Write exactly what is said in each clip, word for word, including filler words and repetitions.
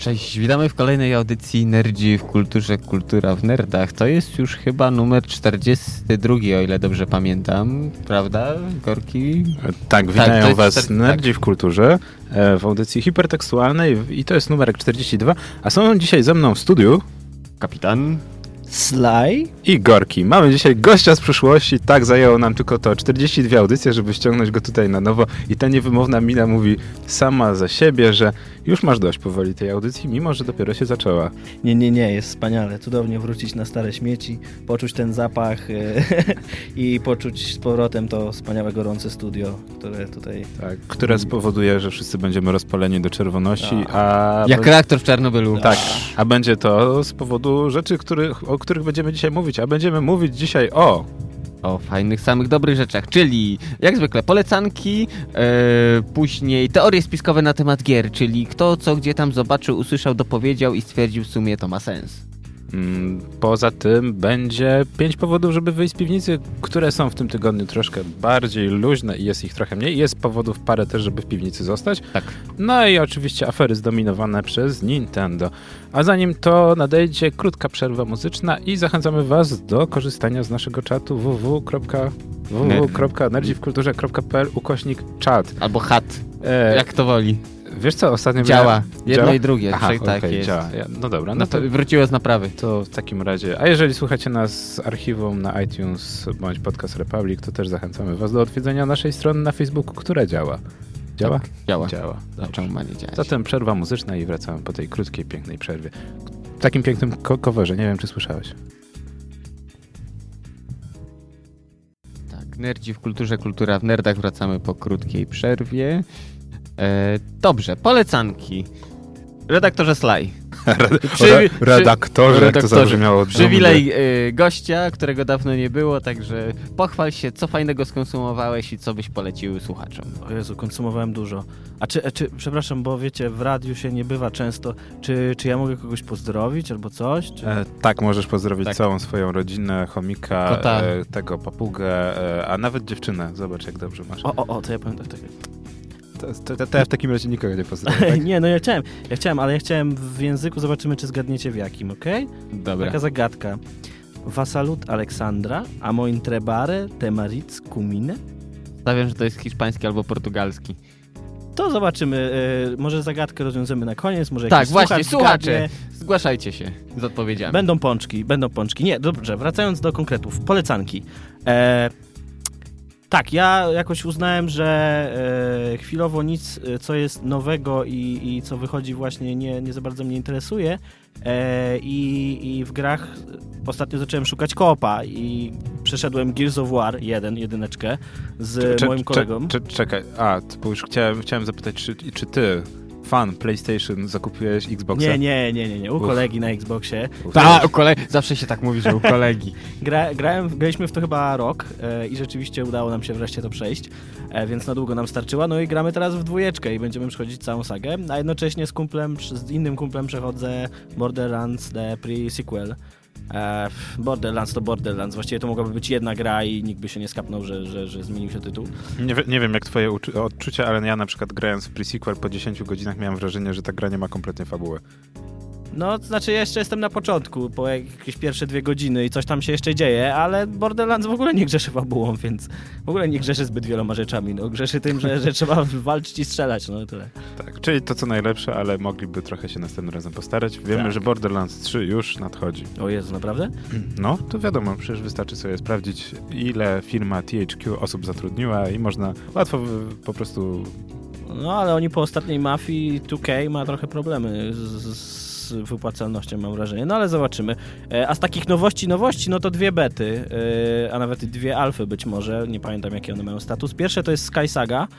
Cześć, witamy w kolejnej audycji Nerdzi w kulturze, kultura w nerdach. To jest już chyba numer czterdziesty drugi, o ile dobrze pamiętam, prawda, Gorki? Tak, witają tak, was czterdzieści Nerdzi w kulturze w audycji hipertekstualnej i to jest numerek czterdzieści dwa, a są dzisiaj ze mną w studiu Kapitan Sly i Gorki. Mamy dzisiaj gościa z przyszłości, tak zajęło nam tylko to czterdzieści dwie audycje, żeby ściągnąć go tutaj na nowo i ta niewymowna mina mówi sama za siebie, że już masz dość powoli tej audycji, mimo że dopiero się zaczęła. Nie, nie, nie, jest wspaniale. Cudownie wrócić na stare śmieci, poczuć ten zapach i poczuć z powrotem to wspaniałe, gorące studio, które tutaj... Tak, które spowoduje, że wszyscy będziemy rozpaleni do czerwoności, a... Jak reaktor w Czarnobylu. Tak, a będzie to z powodu rzeczy, których, o których będziemy dzisiaj mówić, a będziemy mówić dzisiaj o... O fajnych, samych dobrych rzeczach, czyli jak zwykle polecanki, e, później teorie spiskowe na temat gier, czyli kto co gdzie tam zobaczył, usłyszał, dopowiedział i stwierdził w sumie to ma sens. Poza tym będzie pięć powodów, żeby wyjść z piwnicy, które są w tym tygodniu troszkę bardziej luźne i jest ich trochę mniej. Jest powodów parę też, żeby w piwnicy zostać. Tak. No i oczywiście afery zdominowane przez Nintendo. A zanim to nadejdzie krótka przerwa muzyczna i zachęcamy was do korzystania z naszego czatu www kropka nerdziwkulturze kropka p l ukośnik czat. Albo chat, E, jak to woli. Wiesz co, ostatnio... Działa. Miałem... Jedno Działa? i drugie. Aha, Wszak tak okay, jest. działa. Ja, no dobra. No No to to, wróciło z naprawy. to w takim razie. A jeżeli słuchacie nas z archiwum na iTunes bądź Podcast Republic, to też zachęcamy was do odwiedzenia naszej strony na Facebooku, która działa. Działa? Tak, działa. Działa. A czemu ma nie działać? Zatem przerwa muzyczna i wracamy po tej krótkiej, pięknej przerwie. W takim pięknym ko- coverze. Nie wiem, czy słyszałeś. Tak, Nerdzi w kulturze, kultura w nerdach. Wracamy po krótkiej przerwie. E, dobrze, polecanki. Redaktorze Sly. Przy, redaktorze, jak to zabrzmiało. Przywilej y, gościa, którego dawno nie było, także pochwal się, co fajnego skonsumowałeś i co byś polecił słuchaczom. O Jezu, konsumowałem dużo. A czy, a czy, przepraszam, bo wiecie, w radiu się nie bywa często. Czy, czy ja mogę kogoś pozdrowić albo coś? Czy... E, tak, możesz pozdrowić tak. całą swoją rodzinę, chomika, Kota. e, tego papugę, e, a nawet dziewczynę. Zobacz, jak dobrze masz. O, o, o, to ja powiem tak, tak. To, to, to, to ja w takim razie nikogo nie pozdrawiam. Tak? Nie, no ja chciałem, ja chciałem, ale ja chciałem w języku, zobaczymy, czy zgadniecie w jakim, okej? Okay? Dobra. Taka zagadka. Wasalut Aleksandra, amo intrebare temaric cumine? Stawiam, że to jest hiszpański albo portugalski. To zobaczymy. Yy, może zagadkę rozwiążemy na koniec, może Tak, jakiś właśnie, słuchacz słuchacze, zgadnie. zgłaszajcie się z odpowiedziami. Będą pączki, będą pączki. Nie, dobrze, wracając do konkretów. Polecanki. E, tak, ja jakoś uznałem, że e, chwilowo nic, co jest nowego i, i co wychodzi właśnie nie, nie za bardzo mnie interesuje. E, i, I w grach ostatnio zacząłem szukać koopa i przeszedłem Gears of War jeden, jedyneczkę z Cze- moim kolegą. Cze- cze- czekaj, a, bo już chciałem, chciałem zapytać, czy, czy ty, fan PlayStation, zakupiłeś Xboxa? Nie, nie, nie, nie, nie. U Uf. kolegi na Xboxie. Ta, u kolegi. Zawsze się tak mówi, że u kolegi. Gra, grałem, graliśmy w to chyba rok e, i rzeczywiście udało nam się wreszcie to przejść, e, więc na długo nam starczyła. No i gramy teraz w dwójeczkę i będziemy przechodzić całą sagę, a jednocześnie z kumplem, z innym kumplem przechodzę Borderlands The Pre-Sequel. E, Borderlands to Borderlands. Właściwie to mogłaby być jedna gra i nikt by się nie skapnął, że, że, że zmienił się tytuł. Nie, nie wiem jak twoje uczu- odczucia, ale ja na przykład grając w pre-sequel po dziesięciu godzinach miałem wrażenie, że ta gra nie ma kompletnie fabuły. No, to znaczy ja jeszcze jestem na początku, po jakieś pierwsze dwie godziny i coś tam się jeszcze dzieje, ale Borderlands w ogóle nie grzeszy fabułą, więc w ogóle nie grzeszy zbyt wieloma rzeczami. No, grzeszy tym, że, że trzeba walczyć i strzelać, no tyle. Tak, czyli to co najlepsze, ale mogliby trochę się następnym razem postarać. Wiemy, Tak. że Borderlands trzy już nadchodzi. O Jezu, naprawdę? No, to wiadomo, przecież wystarczy sobie sprawdzić, ile firma T H Q osób zatrudniła i można łatwo w- po prostu... No, ale oni po ostatniej Mafii dwa K ma trochę problemy z, z wypłacalnością, mam wrażenie. No, ale zobaczymy. E, a z takich nowości, nowości, no to dwie bety, e, a nawet dwie alfy być może. Nie pamiętam, jaki one mają status. Pierwsze to jest Sky Saga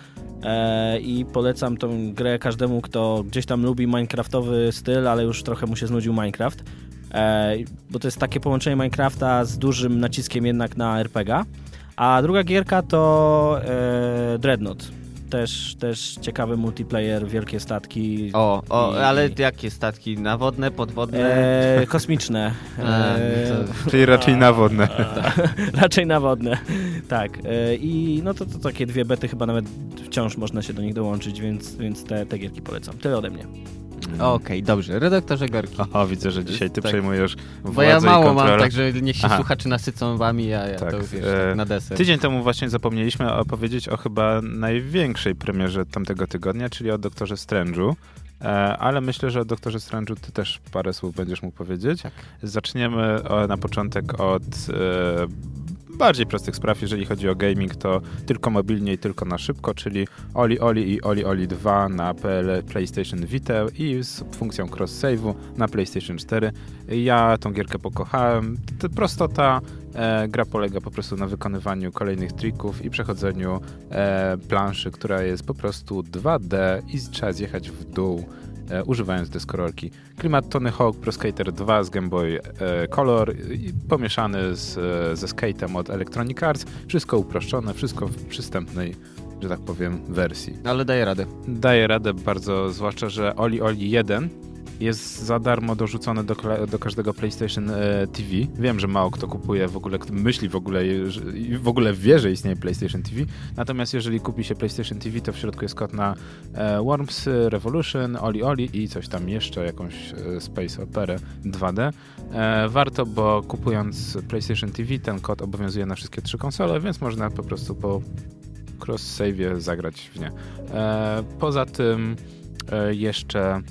e, i polecam tą grę każdemu, kto gdzieś tam lubi minecraftowy styl, ale już trochę mu się znudził Minecraft. E, bo to jest takie połączenie Minecrafta z dużym naciskiem jednak na er pe gie. A druga gierka to e, Dreadnought. Też, też ciekawy multiplayer, wielkie statki. O, o, I- ale jakie statki? Nawodne, podwodne? E, kosmiczne. A, E, to- Czyli raczej nawodne. raczej nawodne. Tak. E, I no to, to takie dwie bety, chyba nawet wciąż można się do nich dołączyć, więc, więc te, te gierki polecam. Tyle ode mnie. Mm. Okej, okay, dobrze. Redaktorze Gorki. O, widzę, że dzisiaj ty tak. przejmujesz władzę Bo ja mało i kontrolę. mam, także niech się Aha. słuchacze nasycą wami, a ja tak. to wiesz, e, tak na deser. Tydzień temu właśnie zapomnieliśmy opowiedzieć o chyba największej premierze tamtego tygodnia, czyli o Doktorze Strange'u. E, ale myślę, że o Doktorze Strange'u ty też parę słów będziesz mógł powiedzieć. Tak. Zaczniemy o, na początek od e, bardziej prostych spraw. Jeżeli chodzi o gaming, to tylko mobilnie i tylko na szybko, czyli Oli Oli i Oli Oli dwa na PlayStation Vita i z funkcją cross-save'u na PlayStation cztery. Ja tą gierkę pokochałem. To prostota. E, gra polega po prostu na wykonywaniu kolejnych trików i przechodzeniu e, planszy, która jest po prostu dwa D i trzeba zjechać w dół, e, używając deskorolki. Klimat Tony Hawk Pro Skater dwa z Game Boy e, Color i pomieszany z, e, ze skatem od Electronic Arts. Wszystko uproszczone, wszystko w przystępnej, że tak powiem, wersji. Ale daje radę. Daje radę bardzo, zwłaszcza, że Oli Oli jeden jest za darmo dorzucony do, do każdego PlayStation e, T V. Wiem, że mało kto kupuje w ogóle, kto myśli w ogóle i w ogóle wie, że istnieje PlayStation T V. Natomiast jeżeli kupi się PlayStation T V, to w środku jest kod na e, Worms, Revolution, Oli Oli i coś tam jeszcze, jakąś e, Space Opera dwa D. E, warto, bo kupując PlayStation T V, ten kod obowiązuje na wszystkie trzy konsole, więc można po prostu po cross-save'ie zagrać w nie. E, poza tym e, jeszcze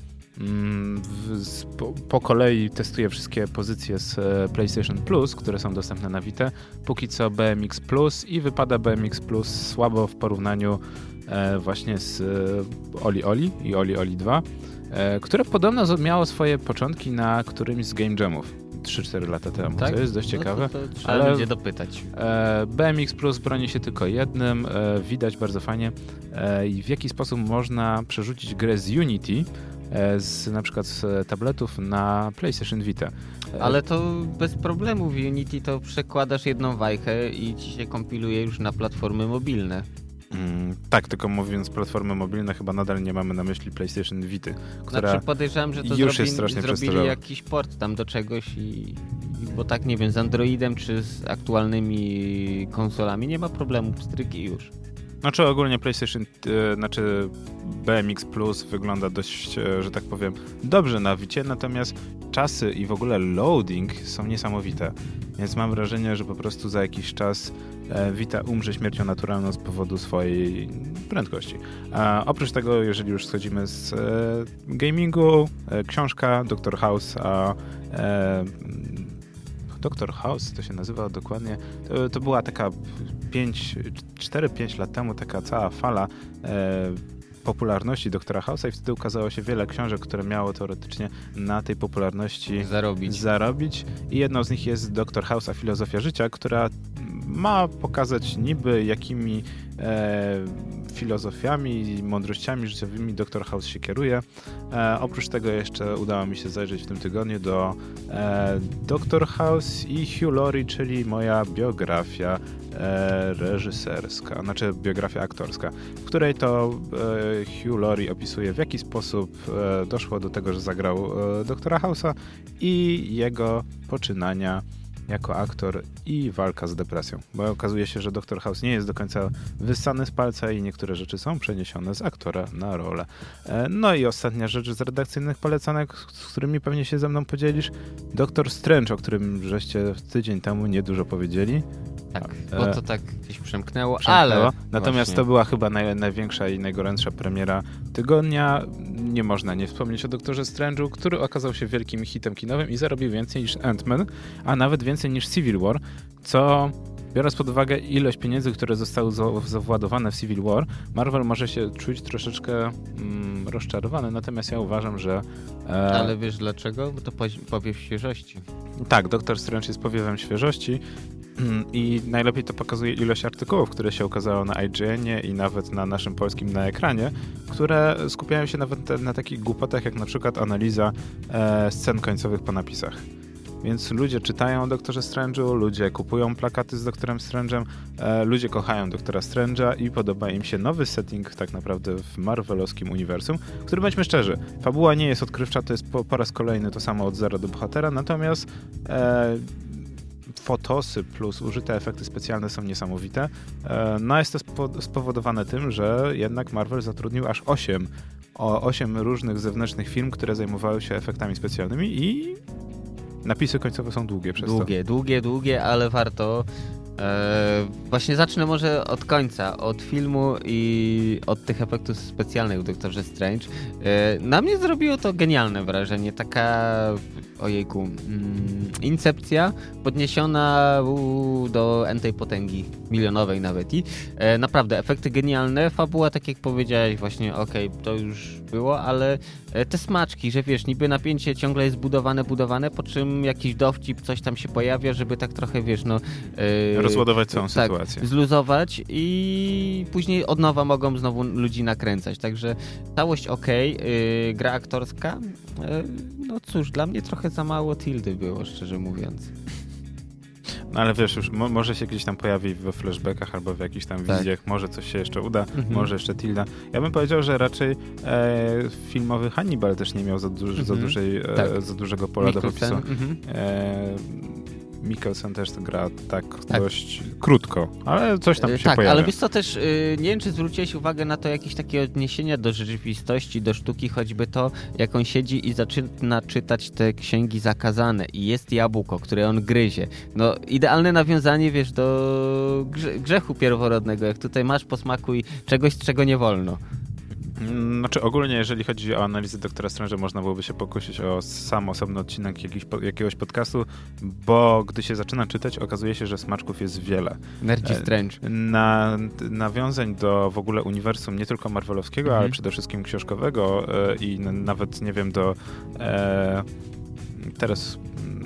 W, po, po kolei testuję wszystkie pozycje z e, PlayStation Plus, które są dostępne na Vita. Póki co B M X Plus i wypada B M X Plus słabo w porównaniu e, właśnie z e, Oli Oli i Oli Oli dwa, e, które podobno miało swoje początki na którymś z Game Jamów trzy cztery lata temu, tak? Co jest dość no ciekawe. To, to trzeba ale będzie dopytać. E, B M X Plus broni się tylko jednym, e, widać bardzo fajnie e, i w jaki sposób można przerzucić grę z Unity z na przykład z tabletów na PlayStation Vita. Ale to bez problemu w Unity to przekładasz jedną wajchę i ci się kompiluje już na platformy mobilne. Mm, tak, tylko mówiąc platformy mobilne, chyba nadal nie mamy na myśli PlayStation Vita, która znaczy podejrzewam, że to już zrobi, jest strasznie zrobili jakiś port tam do czegoś i, i bo tak nie wiem, z Androidem czy z aktualnymi konsolami nie ma problemu, pstryki już. Znaczy ogólnie PlayStation, yy, znaczy B M X Plus wygląda dość, yy, że tak powiem, dobrze na Vicie, natomiast czasy i w ogóle loading są niesamowite. Więc mam wrażenie, że po prostu za jakiś czas e, Vita umrze śmiercią naturalną z powodu swojej prędkości. A oprócz tego, jeżeli już schodzimy z e, gamingu, e, książka doktor House, a e, doktor House to się nazywa dokładnie, to, to była taka cztery pięć lat temu taka cała fala e, popularności doktora House'a i wtedy ukazało się wiele książek, które miało teoretycznie na tej popularności zarobić. zarobić. I jedną z nich jest Doktor House, a filozofia życia, która ma pokazać niby jakimi e, filozofiami i mądrościami życiowymi doktor House się kieruje. E, oprócz tego jeszcze udało mi się zajrzeć w tym tygodniu do e, Doktor House i Hugh Laurie, czyli moja biografia e, reżyserska, znaczy biografia aktorska, w której to e, Hugh Laurie opisuje, w jaki sposób e, doszło do tego, że zagrał e, doktora House'a i jego poczynania jako aktor i walka z depresją. Bo okazuje się, że doktor House nie jest do końca wyssany z palca i niektóre rzeczy są przeniesione z aktora na rolę. No i ostatnia rzecz z redakcyjnych polecanek, z którymi pewnie się ze mną podzielisz. Doktor Strange, o którym żeście tydzień temu niedużo powiedzieli. Tak, bo to tak gdzieś przemknęło, przemknęło. ale... Natomiast właśnie. to była chyba naj, największa i najgorętsza premiera tygodnia. Nie można nie wspomnieć o Doktorze Strange'u, który okazał się wielkim hitem kinowym i zarobił więcej niż Ant-Man, a nawet więcej niż Civil War, co... Biorąc pod uwagę ilość pieniędzy, które zostały zawładowane w Civil War, Marvel może się czuć troszeczkę mm, rozczarowany, natomiast ja uważam, że... E... Ale wiesz dlaczego? Bo to powiew świeżości. Tak, Doktor Strange jest powiewem świeżości i najlepiej to pokazuje ilość artykułów, które się ukazało na I G N-ie i nawet na naszym polskim na ekranie, które skupiają się nawet na, na takich głupotach, jak na przykład analiza e, scen końcowych po napisach. Więc ludzie czytają o Doktorze Strange'u, ludzie kupują plakaty z Doktorem Strange'em, e, ludzie kochają Doktora Strange'a i podoba im się nowy setting tak naprawdę w marvelowskim uniwersum, który, bądźmy szczerzy, fabuła nie jest odkrywcza, to jest po, po raz kolejny to samo od zera do bohatera, natomiast e, fotosy plus użyte efekty specjalne są niesamowite. E, no jest to spo, spowodowane tym, że jednak Marvel zatrudnił aż osiem o osiem różnych zewnętrznych firm, które zajmowały się efektami specjalnymi i napisy końcowe są długie przez długie, to. Długie, długie, ale warto. Eee, właśnie zacznę może od końca, od filmu i od tych efektów specjalnych w Doktorze Strange. Eee, na mnie zrobiło to genialne wrażenie, taka, ojejku, mm, incepcja podniesiona u, do entej potęgi, milionowej nawet i e, naprawdę efekty genialne, fabuła tak jak powiedziałeś właśnie, okej, okay, to już było, ale e, te smaczki, że wiesz, niby napięcie ciągle jest budowane, budowane, po czym jakiś dowcip, coś tam się pojawia, żeby tak trochę, wiesz, no... E, rozładować całą tak, sytuację. Zluzować i później od nowa mogą znowu ludzi nakręcać. Także całość okej, okay, yy, gra aktorska, yy, no cóż, dla mnie trochę za mało Tildy było, szczerze mówiąc. No ale wiesz, już mo- może się gdzieś tam pojawi we flashbackach albo w jakichś tam tak. wizjach, może coś się jeszcze uda, mhm. może jeszcze Tilda. Ja bym powiedział, że raczej e, filmowy Hannibal też nie miał za, duży, mhm. za, dużej, e, tak. za dużego pola Mikkelsen. do popisu. Mhm. E, Mikkelsen też to gra tak, tak dość krótko, ale coś tam się tak, pojawia. Ale wiesz co też, yy, nie wiem czy zwróciłeś uwagę na to jakieś takie odniesienia do rzeczywistości, do sztuki, choćby to, jak on siedzi i zaczyna czytać te księgi zakazane i jest jabłko, które on gryzie. No idealne nawiązanie, wiesz, do grze- grzechu pierworodnego, jak tutaj masz posmakuj czegoś, czego nie wolno. Znaczy ogólnie, jeżeli chodzi o analizę Doktora Strange'a, można byłoby się pokusić o sam osobny odcinek jakiś, jakiegoś podcastu, bo gdy się zaczyna czytać, okazuje się, że smaczków jest wiele. Nerdzi Strange. Na, nawiązań do w ogóle uniwersum nie tylko marvelowskiego, mhm. ale przede wszystkim książkowego e, i n- nawet, nie wiem, do e, teraz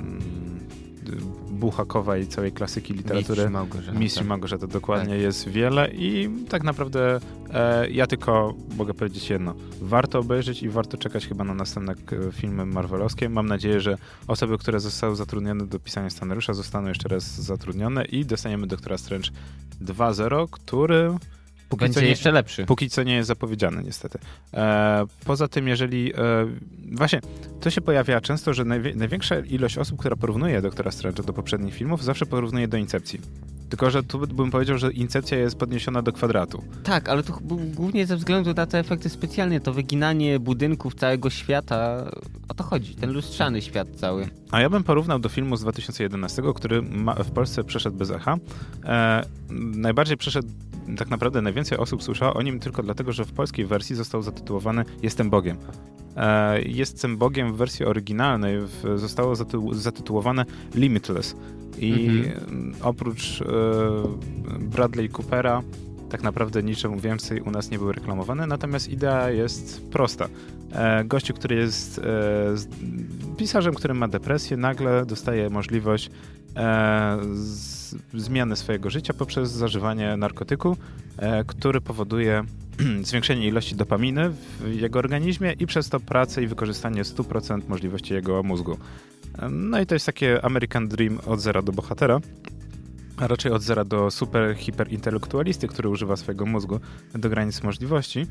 Buchakowa i całej klasyki literatury. Mistrz Małgorzata. Mistrz Małgorzata, dokładnie, tak. Jest wiele i tak naprawdę e, ja tylko mogę powiedzieć jedno. Warto obejrzeć i warto czekać chyba na następne filmy marvelowskie. Mam nadzieję, że osoby, które zostały zatrudnione do pisania scenariusza, zostaną jeszcze raz zatrudnione i dostaniemy Doktora Strange dwa zero, który póki będzie co nie, jeszcze lepszy. Póki co nie jest zapowiedziany niestety. E, poza tym, jeżeli... E, właśnie, to się pojawia często, że najwie, największa ilość osób, która porównuje Doktora Strange'a do poprzednich filmów, zawsze porównuje do Incepcji. Tylko że tu bym powiedział, że Incepcja jest podniesiona do kwadratu. Tak, ale to głównie ze względu na te efekty specjalne, to wyginanie budynków całego świata, o to chodzi, ten lustrzany świat cały. A ja bym porównał do filmu z dwa tysiące jedenastego, który ma, w Polsce przeszedł bez echa. E, najbardziej przeszedł, tak naprawdę najwięcej osób słyszało o nim tylko dlatego, że w polskiej wersji został zatytułowany Jestem Bogiem. E, Jestem Bogiem w wersji oryginalnej w, zostało zaty- zatytułowane Limitless. I mhm. oprócz e, Bradley Coopera tak naprawdę niczemu więcej u nas nie były reklamowane, natomiast idea jest prosta. E, gościu, który jest e, z, pisarzem, który ma depresję, nagle dostaje możliwość e, z, zmiany swojego życia poprzez zażywanie narkotyku, e, który powoduje zwiększenie ilości dopaminy w jego organizmie i przez to pracę i wykorzystanie sto procent możliwości jego mózgu. No i to jest takie American Dream od zera do bohatera, a raczej od zera do super hiperintelektualisty, który używa swojego mózgu do granic możliwości.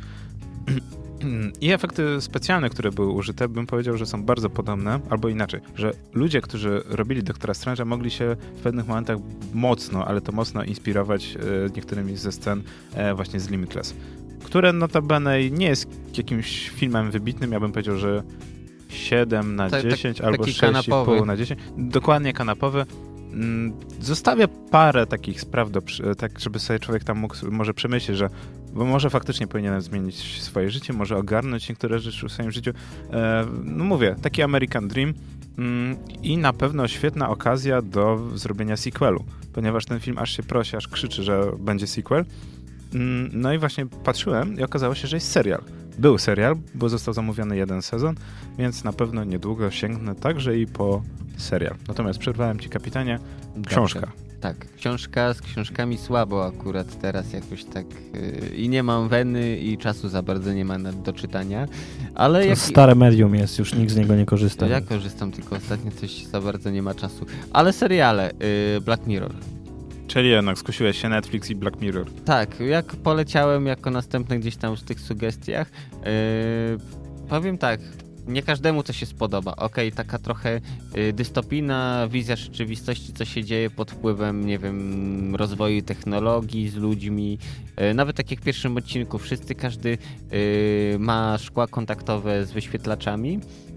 I efekty specjalne, które były użyte, bym powiedział, że są bardzo podobne, albo inaczej, że ludzie, którzy robili Doktora Strange'a, mogli się w pewnych momentach mocno, ale to mocno inspirować e, niektórymi ze scen e, właśnie z Limitless, które notabene nie jest jakimś filmem wybitnym, ja bym powiedział, że siedem na dziesięć tak, albo sześć i pół na dziesięć. Dokładnie kanapowy. Zostawia parę takich spraw, do, tak żeby sobie człowiek tam mógł może przemyśleć, że bo może faktycznie powinienem zmienić swoje życie, może ogarnąć niektóre rzeczy w swoim życiu. E, no mówię, taki American Dream mm, i na pewno świetna okazja do zrobienia sequelu, ponieważ ten film aż się prosi, aż krzyczy, że będzie sequel. Mm, no i właśnie patrzyłem i okazało się, że jest serial. Był serial, bo został zamówiony jeden sezon, więc na pewno niedługo sięgnę także i po serial. Natomiast przerwałem ci, kapitanie, książka. Dobrze. Tak, książka z książkami słabo akurat teraz jakoś tak yy, i nie mam weny i czasu za bardzo nie ma na, do czytania, ale... To jak... stare medium jest, już nikt z niego nie korzysta. Ja korzystam, tylko ostatnio coś za bardzo nie ma czasu. Ale seriale, yy, Black Mirror. Czyli jednak skusiłeś się Netflix i Black Mirror. Tak, jak poleciałem jako następne gdzieś tam w tych sugestiach, yy, powiem tak, nie każdemu to się spodoba. Okej, okay, taka trochę y, dystopijna wizja rzeczywistości, co się dzieje pod wpływem, nie wiem, rozwoju technologii z ludźmi. Y, nawet tak jak w pierwszym odcinku, wszyscy, każdy y, ma szkła kontaktowe z wyświetlaczami.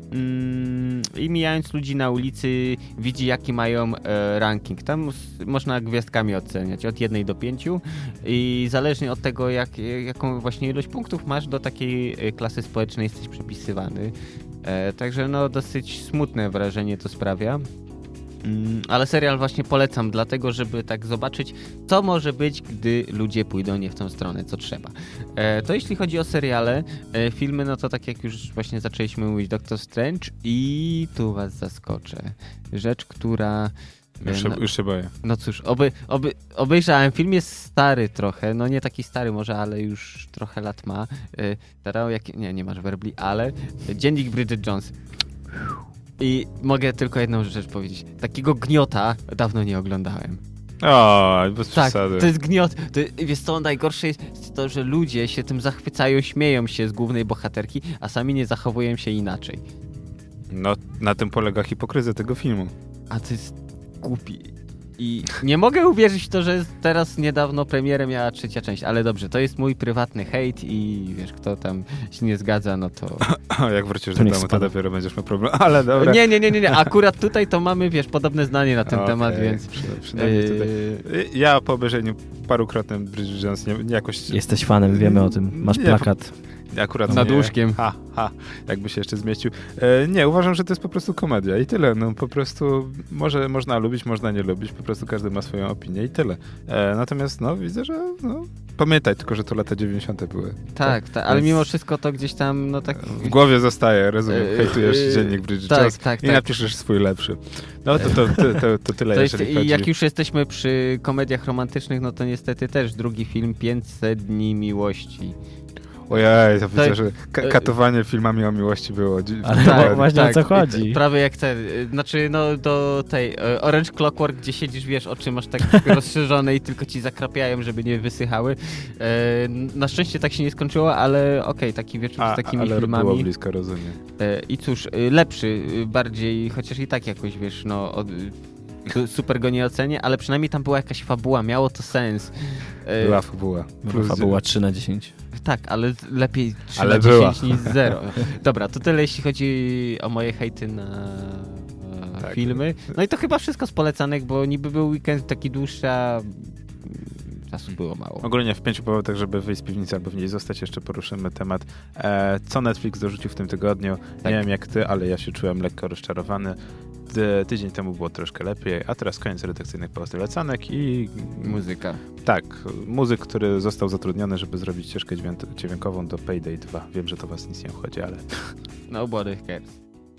I mijając ludzi na ulicy widzi, jaki mają e, ranking. Tam s- można gwiazdkami oceniać od jednej do pięciu i zależnie od tego, jak, jaką właśnie ilość punktów masz, do takiej e, klasy społecznej jesteś przypisywany. E, także no dosyć smutne wrażenie to sprawia. Mm, ale serial właśnie polecam, dlatego żeby tak zobaczyć, co może być, gdy ludzie pójdą nie w tą stronę, co trzeba. E, to jeśli chodzi o seriale, e, filmy, no to tak jak już właśnie zaczęliśmy mówić, Doctor Strange i tu was zaskoczę. Rzecz, która... Już się, no, już się boję. no cóż, oby, oby, obejrzałem. Film jest stary trochę, no nie taki stary może, ale już trochę lat ma. E, teraz, jak, nie, nie masz werbli, ale Dziennik Bridget Jones. I mogę tylko jedną rzecz powiedzieć. Takiego gniota dawno nie oglądałem. O, bez Tak, przesady. to jest gniot. To, wiesz co, najgorsze jest to, że ludzie się tym zachwycają, śmieją się z głównej bohaterki, a sami nie zachowują się inaczej. No, na tym polega hipokryzja tego filmu. A to jest głupi. I nie mogę uwierzyć w to, że teraz niedawno premierę miała trzecia część, ale dobrze, to jest mój prywatny hejt i wiesz, kto tam się nie zgadza, no to... Jak wrócisz To do niech domu, to spada. dopiero będziesz miał problem, ale dobra. Nie, nie, nie, nie, nie, akurat tutaj to mamy, wiesz, podobne zdanie na ten Okej, temat, więc... Przy, przynajmniej tutaj. Yy, Ja po obejrzeniu parukrotnym Bridget Jones nie, nie jakoś... Jesteś fanem, wiemy o tym. Masz Nie, plakat. Akurat Nad nie. łóżkiem. Ha, ha, jakby się jeszcze zmieścił. E, nie, uważam, że to jest po prostu komedia i tyle. No po prostu może można lubić, można nie lubić, po prostu każdy ma swoją opinię i tyle. E, natomiast no widzę, że no, pamiętaj tylko, że to lata dziewięćdziesiąte były. tak, tak, ale Więc mimo wszystko to gdzieś tam, no tak... w głowie zostaje, rozumiem, Yy, hejtujesz yy, Dziennik Bridget tak, Jones tak, i tak. napiszesz swój lepszy. No to, to, to, to, to tyle, To jest, jeżeli i chodzi. jak już jesteśmy przy komediach romantycznych, no to niestety też drugi film pięćset dni miłości. Ojej, to widzę, To- że ka- katowanie filmami o miłości było. Dzi- Ale tak, no, właśnie o co chodzi? Prawie jak te, y, znaczy no do tej y, Orange Clockwork, gdzie siedzisz, wiesz, oczy masz tak rozszerzone i tylko ci zakrapiają, żeby nie wysychały. E, na szczęście tak się nie skończyło, ale okej, taki wieczór A, z takimi ale było filmami. blisko, rozumiem. E, I cóż, y, lepszy, y, bardziej, chociaż i tak jakoś, wiesz, no... Od, y, super go nie ocenię, ale przynajmniej tam była jakaś fabuła, miało to sens. E, Była fabuła. Plus Fabuła trzy na dziesięć. Tak, ale z- lepiej trzy Ale na była. dziesięć niż zero. Dobra, to tyle jeśli chodzi o moje hejty na e, Tak. filmy. No i to chyba wszystko z polecanek, bo niby był weekend taki dłuższy, a mm, czasu było mało. Ogólnie w pięciu powodach, żeby wyjść z piwnicy albo w niej zostać, jeszcze poruszymy temat, e, co Netflix dorzucił w tym tygodniu. Tak. Nie wiem jak ty, ale ja się czułem lekko rozczarowany. Ty, tydzień temu było troszkę lepiej, a teraz koniec redakcyjnych polecanek i Muzyka. tak, muzyk, który został zatrudniony, żeby zrobić ścieżkę dźwię- dźwiękową do Payday dwa. Wiem, że to was nic nie obchodzi, ale Nobody cares.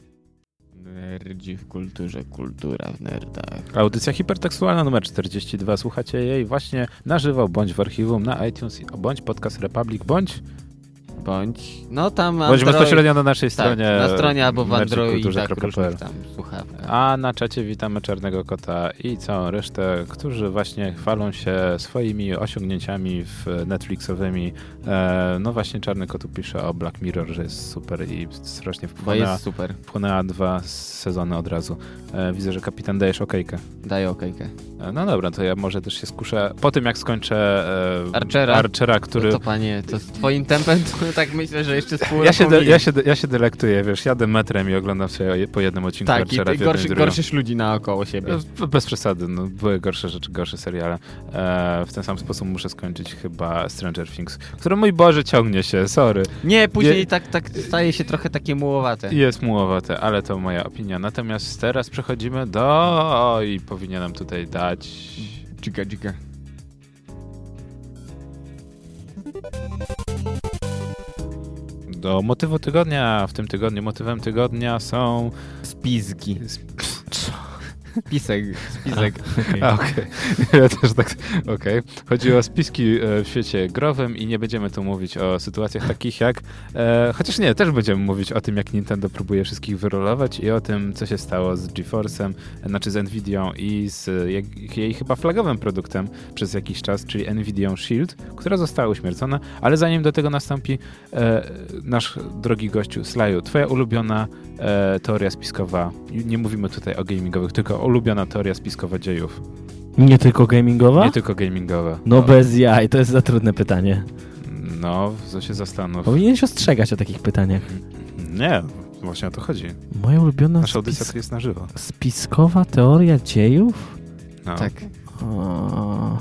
Nerdzi w kulturze, kultura w nerdach. audycja hipertekstualna numer czterdzieści dwa. Słuchacie jej właśnie na żywo, bądź w archiwum, na iTunes, bądź Podcast Republic, bądź Bądź, no tam Bądź Android, bezpośrednio na naszej tak, stronie. na stronie albo w magic Android, kulturze tak, kropka p l. różnych tam słuchawkach. A na czacie witamy Czarnego Kota i całą resztę, którzy właśnie chwalą się swoimi osiągnięciami w Netflixowymi. E, no właśnie Czarny Kot pisze o Black Mirror, że jest super i strasznie Bo wpłynęła, jest super. wpłynęła dwa sezony od razu. E, widzę, że kapitan dajesz okejkę. Daję okejkę. E, no dobra, to ja może też się skuszę. Po tym jak skończę e, Archera. Archera, który... No to panie, to z twoim tempem to tak myślę, że jeszcze z pół Ja się, roku de, minie. ja, się de, ja się delektuję, wiesz, jadę metrem i oglądam sobie po jednym odcinku Tak, i Archera ty w jednym gorszy, i drugim. gorszysz ludzi naokoło siebie. No, bez przesady, no, były gorsze rzeczy, gorsze seriale. E, w ten sam sposób muszę skończyć chyba Stranger Things, które, mój Boże, ciągnie się, sorry. Nie, później Nie- tak, tak staje się trochę takie mułowate. Jest mułowate, ale to moja opinia. Natomiast teraz przechodzimy do... i powinienem tutaj dać... Dzika, dzika. do motywu tygodnia. W tym tygodniu motywem tygodnia są... Spizgi. Spisek, spisek. A, okej. Okay. Ja też tak, okej. Okay. Chodzi o spiski w świecie growym i nie będziemy tu mówić o sytuacjach takich jak, e, chociaż nie, też będziemy mówić o tym, jak Nintendo próbuje wszystkich wyrolować i o tym, co się stało z GeForce'em, znaczy z Nvidią i z jak, jej chyba flagowym produktem przez jakiś czas, czyli Nvidią Shield, która została uśmiercona, ale zanim do tego nastąpi, e, nasz drogi gościu Slaju, twoja ulubiona e, teoria spiskowa, nie mówimy tutaj o gamingowych, tylko ulubiona teoria spiskowa dziejów. Nie tylko gamingowa? Nie tylko gamingowa. No, no bez jaj, to jest za trudne pytanie. No, to się zastanów. Powinieneś ostrzegać o takich pytaniach. Nie, właśnie o to chodzi. Moja ulubiona Nasza audycja spis- to jest na żywo. Spiskowa teoria dziejów? No. Tak. O,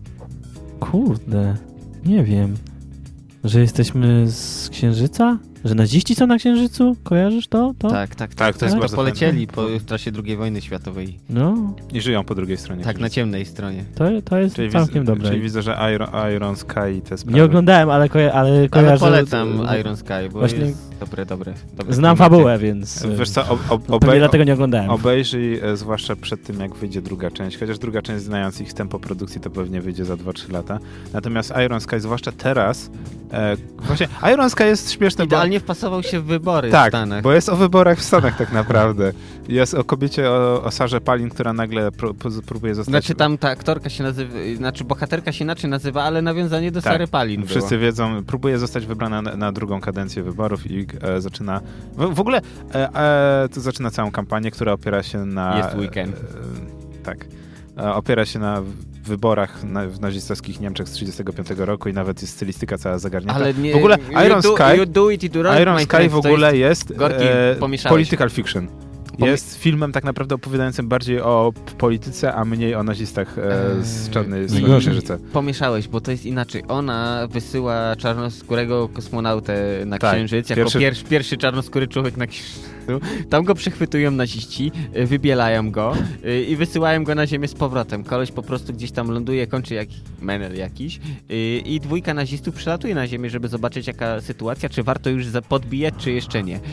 kurde, nie wiem. Że jesteśmy z Księżyca? Że naziści są na Księżycu? Kojarzysz to? to? Tak, tak, Tak, to jest tak. bardzo polecieli fajne. po w czasie drugiej wojny światowej. No, I żyją po drugiej stronie. Tak, na ciemnej stronie. to, to jest czyli całkiem widzę, dobre. Czyli widzę, że Iron, Iron Sky i te sprawy. Nie oglądałem, ale, koja- ale Ale kojarzę... polecam Iron Sky, bo Właśnie- jest dobre, dobre. dobre Znam klimaty. fabułę, więc... Wiesz co, ob, ob, Pewnie obej, dlatego nie oglądałem. obejrzyj, e, zwłaszcza przed tym, jak wyjdzie druga część, chociaż druga część, znając ich tempo produkcji, to pewnie wyjdzie za dwa trzy lata. Natomiast Iron Sky, zwłaszcza teraz, e, właśnie Iron Sky jest śmieszne, bo... Idealnie wpasował się w wybory w Tak, Stanach. bo jest o wyborach w Stanach tak naprawdę. Jest o kobiecie, o, o Sarze Palin, która nagle pró- pró- próbuje zostać... Znaczy tam ta aktorka się nazywa, znaczy bohaterka się inaczej nazywa, ale nawiązanie do Tak, Sary Palin Wszyscy było. wiedzą, próbuje zostać wybrana na, na drugą kadencję wyborów i e, zaczyna... W, w ogóle e, e, to zaczyna całą kampanię, która opiera się na... Jest weekend. E, tak. E, opiera się na wyborach na, w nazistowskich Niemczech z trzydziestego piątego roku i nawet jest stylistyka cała zagarnięta. Ale nie, w ogóle Iron you do, Sky... You do it, you do Iron my Sky friends, w ogóle jest, jest Gorki, e, pomieszałeś. political fiction. Jest filmem tak naprawdę opowiadającym bardziej o p- polityce, a mniej o nazistach e, z czarnej z Nie, Czarnego nie, Księżyca. Pomieszałeś, bo to jest inaczej. Ona wysyła czarnoskórego kosmonautę na Tak, Księżyc, jako pierwszy- pierwszy, pierwszy czarnoskóry człowiek na Księżycu. Tam go przechwytują naziści, y, wybielają go y, i wysyłają go na Ziemię z powrotem. Koleś po prostu gdzieś tam ląduje, kończy jak menel jakiś y, i dwójka nazistów przylatuje na Ziemię, żeby zobaczyć jaka sytuacja, czy warto już za- podbijać, czy jeszcze nie.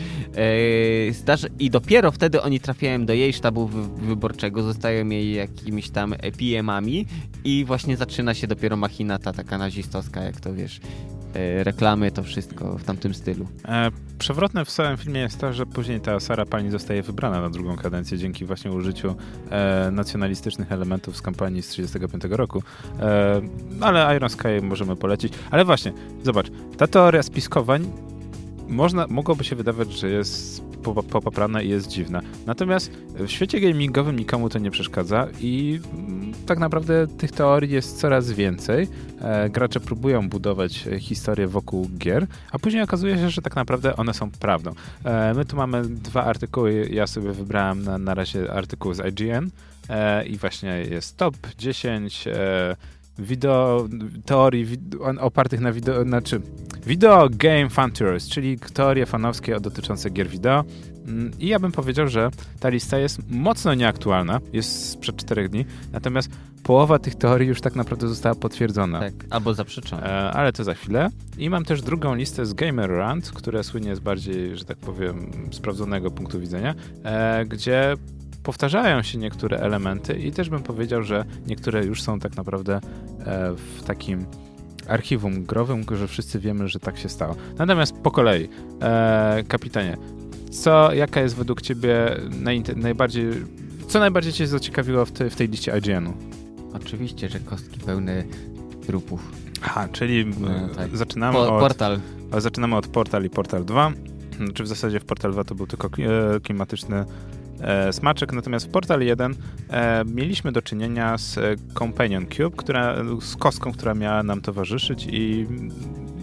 Y, zdarzy- I dopiero wtedy oni trafiają do jej sztabu wy- wyborczego, zostają jej jakimiś tam P M-ami i właśnie zaczyna się dopiero machina ta taka nazistowska, jak to wiesz, y, reklamy, to wszystko w tamtym stylu. E, przewrotne w całym filmie jest to, że później ta Sara Palin zostaje wybrana na drugą kadencję dzięki właśnie użyciu e, nacjonalistycznych elementów z kampanii z trzydziestego piątego roku. E, ale Iron Sky możemy polecić. Ale właśnie, zobacz, ta teoria spiskowań można, mogłoby się wydawać, że jest po- popaprana i jest dziwna. Natomiast w świecie gamingowym nikomu to nie przeszkadza i mm, tak naprawdę tych teorii jest coraz więcej. E, gracze próbują budować e, historię wokół gier, a później okazuje się, że tak naprawdę one są prawdą. E, my tu mamy dwa artykuły, ja sobie wybrałem na, na razie artykuł z I G N e, i właśnie jest top dziesięć e, wideo, teorii wid- opartych na wideo, znaczy Video Game Fan Theories, czyli teorie fanowskie dotyczące gier wideo. I ja bym powiedział, że ta lista jest mocno nieaktualna, jest sprzed czterech dni, natomiast połowa tych teorii już tak naprawdę została potwierdzona. Tak, albo zaprzeczona. E, ale to za chwilę. I mam też drugą listę z Gamer Rant, która słynie z bardziej, że tak powiem, sprawdzonego punktu widzenia, e, gdzie powtarzają się niektóre elementy i też bym powiedział, że niektóre już są tak naprawdę e, w takim archiwum growym, że wszyscy wiemy, że tak się stało. Natomiast po kolei, e, kapitanie, co, jaka jest według ciebie naj, najbardziej, co najbardziej cię zaciekawiło w, te, w tej liście I G N-u? Oczywiście, że kostki pełne trupów. Aha, czyli No, tak. zaczynamy, Po, od, portal. zaczynamy od Portal i Portal dwa. Znaczy w zasadzie w Portal dwa to był tylko kli- e, klimatyczny e, smaczek, natomiast w Portal jeden e, mieliśmy do czynienia z e, Companion Cube, która, z kostką, która miała nam towarzyszyć i mm,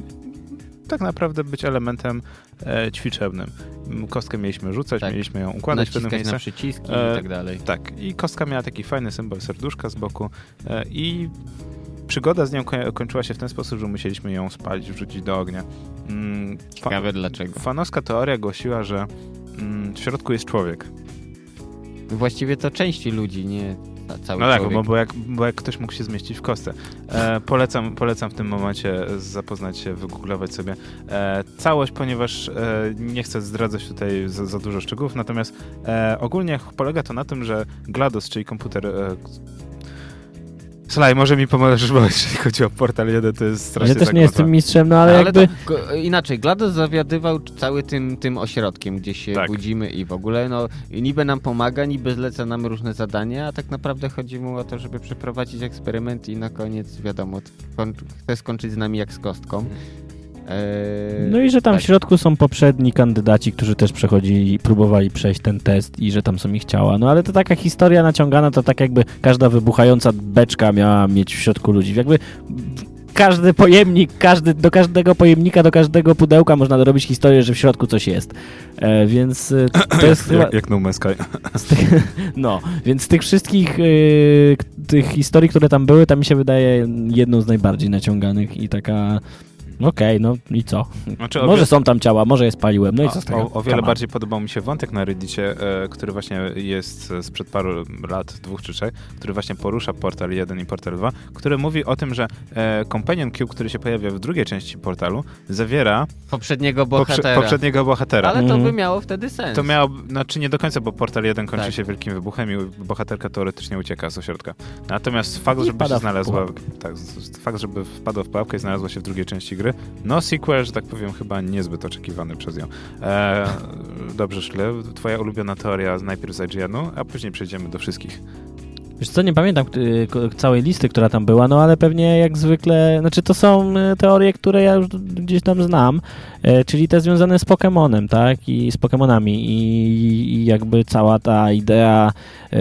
tak naprawdę być elementem e, ćwiczebnym. Kostkę mieliśmy rzucać, Tak. mieliśmy ją układać w pewnym Naciskać na miejscu. przyciski E, i tak dalej. Tak, i kostka miała taki fajny symbol serduszka z boku e, i przygoda z nią ko- kończyła się w ten sposób, że musieliśmy ją spalić, wrzucić do ognia. Mm, fa- Ciekawe dlaczego. fanowska teoria głosiła, że mm, w środku jest człowiek. Właściwie to części ludzi, nie cały No tak, człowiek. bo, bo, jak, bo jak ktoś mógł się zmieścić w kostce. E, polecam, polecam w tym momencie zapoznać się, wygooglować sobie e, całość, ponieważ e, nie chcę zdradzać tutaj za, za dużo szczegółów, natomiast e, ogólnie polega to na tym, że GLaDOS, czyli komputer... E, Slaj, może mi pomożesz, bo jeśli chodzi o Portal jeden, to jest strasznie Ja też nie jestem mistrzem, no ale, ale jakby... to, go, inaczej, GLaDOS zawiadywał cały tym, tym ośrodkiem, gdzie się Tak. budzimy i w ogóle, no niby nam pomaga, niby zleca nam różne zadania, a tak naprawdę chodzi mu o to, żeby przeprowadzić eksperyment i na koniec, wiadomo, koń, chce skończyć z nami jak z kostką. Eee, No i że tam tak. w środku są poprzedni kandydaci, którzy też przechodzili i próbowali przejść ten test i że tam są ich ciała. No ale to taka historia naciągana, to tak jakby każda wybuchająca beczka miała mieć w środku ludzi. Jakby każdy pojemnik, każdy, do każdego pojemnika, do każdego pudełka można dorobić historię, że w środku coś jest. E, więc e, to jest chyba... Jak, jak No Man's Sky. Z tych, no, więc z tych wszystkich y, tych historii, które tam były, ta mi się wydaje jedną z najbardziej naciąganych i taka okej, okay, no i co? Znaczy, może są tam ciała, może je spaliłem, no i co z tego? O, o wiele bardziej podobał mi się wątek na Reddicie, e, który właśnie jest sprzed paru lat, dwóch czy trzech, który właśnie porusza Portal jeden i Portal dwa, który mówi o tym, że e, Companion Cube, który się pojawia w drugiej części Portalu, zawiera poprzedniego poprze- bohatera. poprzedniego bohatera. Ale to Mhm. by miało wtedy sens. To miało, znaczy nie do końca, bo Portal jeden kończy Tak. się wielkim wybuchem i bohaterka teoretycznie ucieka z ośrodka. Natomiast fakt, I żeby wpada się w znalazła, pułapkę. tak, z- fakt, żeby wpadła w pułapkę i znalazła się w drugiej części gry, no sequel, że tak powiem, chyba niezbyt oczekiwany przez nią. E, dobrze, Szyle, twoja ulubiona teoria najpierw z I G N-u, a później przejdziemy do wszystkich. Wiesz co, nie pamiętam y, ko- całej listy, która tam była, no ale pewnie jak zwykle, znaczy to są y, teorie, które ja już gdzieś tam znam, y, czyli te związane z Pokemonem, tak, i z Pokemonami i, i jakby cała ta idea y,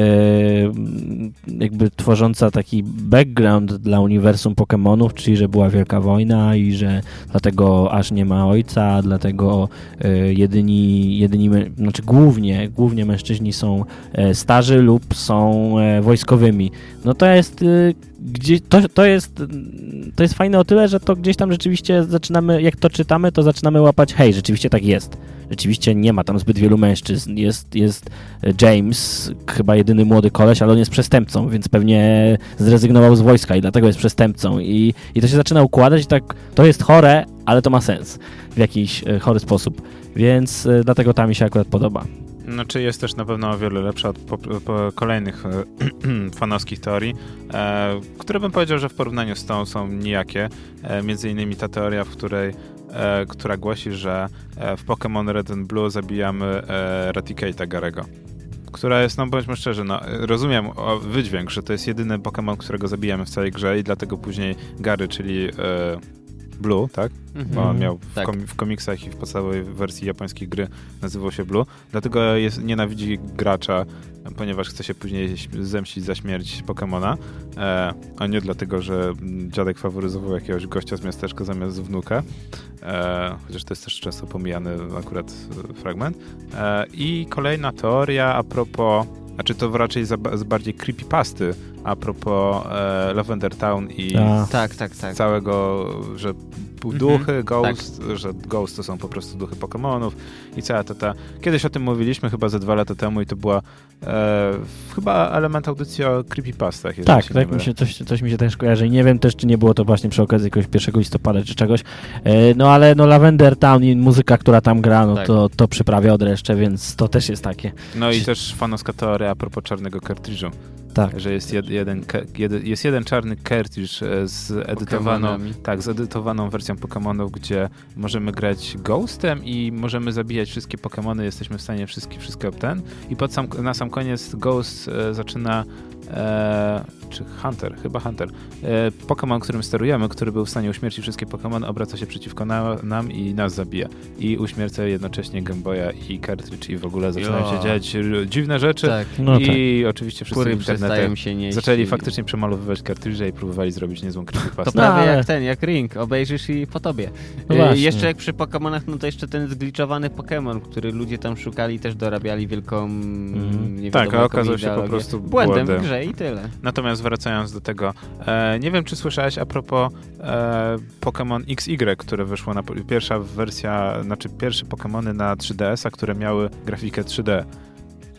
jakby tworząca taki background dla uniwersum Pokemonów, czyli że była wielka wojna i że dlatego aż nie ma ojca, dlatego y, jedyni, jedyni, mę- znaczy głównie, głównie mężczyźni są y, starzy lub są y, wojskowymi. No to jest y, gdzie, to, to jest to jest fajne o tyle, że to gdzieś tam rzeczywiście zaczynamy, jak to czytamy, to zaczynamy łapać, hej, rzeczywiście tak jest. Rzeczywiście nie ma tam zbyt wielu mężczyzn. Jest, jest James, chyba jedyny młody koleś, ale on jest przestępcą, więc pewnie zrezygnował z wojska i dlatego jest przestępcą. I, i to się zaczyna układać i tak, to jest chore, ale to ma sens w jakiś y, chory sposób. Więc y, dlatego ta mi się akurat podoba. Znaczy jest też na pewno o wiele lepsza od po, po kolejnych e, fanowskich teorii, e, które bym powiedział, że w porównaniu z tą są nijakie. E, między innymi ta teoria, w której, e, która głosi, że e, w Pokémon Red and Blue zabijamy e, Raticate'a Garego. Która jest, no bądźmy szczerzy, no, rozumiem o, wydźwięk, że to jest jedyny Pokémon, którego zabijamy w całej grze i dlatego później Gary, czyli e, Blue, tak? Mhm. Bo on miał w, Tak. kom- w komiksach i w podstawowej wersji japońskiej gry nazywał się Blue. Dlatego jest, nienawidzi gracza, ponieważ chce się później zemścić za śmierć Pokemona, e, a nie dlatego, że dziadek faworyzował jakiegoś gościa z miasteczka zamiast wnuka. E, chociaż to jest też często pomijany akurat fragment. E, I kolejna teoria a propos, znaczy to raczej za, z bardziej creepypasty, a propos e, Lavender Town i A. Tak, tak, tak. całego, że Mhm, duchy, ghost, że ghost to są po prostu duchy Pokemonów i cała ta, ta. Kiedyś o tym mówiliśmy chyba ze dwa lata temu i to była e, chyba element audycji o creepypastach. jeżeli Tak, się nie tak mi mylę. się, coś, coś mi się też kojarzy i nie wiem też, czy nie było to właśnie przy okazji jakiegoś pierwszego listopada czy czegoś. E, no ale no Lavender Town i muzyka, która tam gra, no Tak. to, to przyprawia od resztę, więc to też jest takie. No i też fanowska teoria a propos czarnego kartridżu, Tak. że jest jed, jeden, ke- jed, jest jeden czarny kartridż e, z edytowaną, Pokemonami. tak, z edytowaną wersją Pokemonów, gdzie możemy grać Ghostem i możemy zabijać wszystkie Pokemony, jesteśmy w stanie wszystkie, wszystkie obten i pod sam, na sam koniec Ghost e, zaczyna e, czy Hunter, chyba Hunter. E, Pokémon, którym sterujemy, który był w stanie uśmiercić wszystkie Pokémony, obraca się przeciwko na, nam i nas zabija. I uśmierca jednocześnie Game Boya i cartridge i w ogóle zaczynają Jo. się dziać r- dziwne rzeczy. Tak. No I oczywiście wszyscy Kury w internecie przestają się nieść. zaczęli i- faktycznie przemalowywać kartridże i próbowali zrobić niezłą To creepypastę. prawie No, ale- jak ten, jak Ring. Obejrzysz i po tobie. No Y, właśnie. jeszcze jak przy Pokemonach, no to jeszcze ten zgliczowany Pokemon, który ludzie tam szukali, też dorabiali wielką... Mhm. nie Tak, wiadomo a jaką okazał się po ideologię. prostu błędem błędem. w grze i tyle. Natomiast wracając do tego, e, nie wiem, czy słyszałeś a propos e, Pokémon X Y, które wyszło na pierwsza wersja, znaczy pierwsze Pokémony na trzy D S a, które miały grafikę trzy D.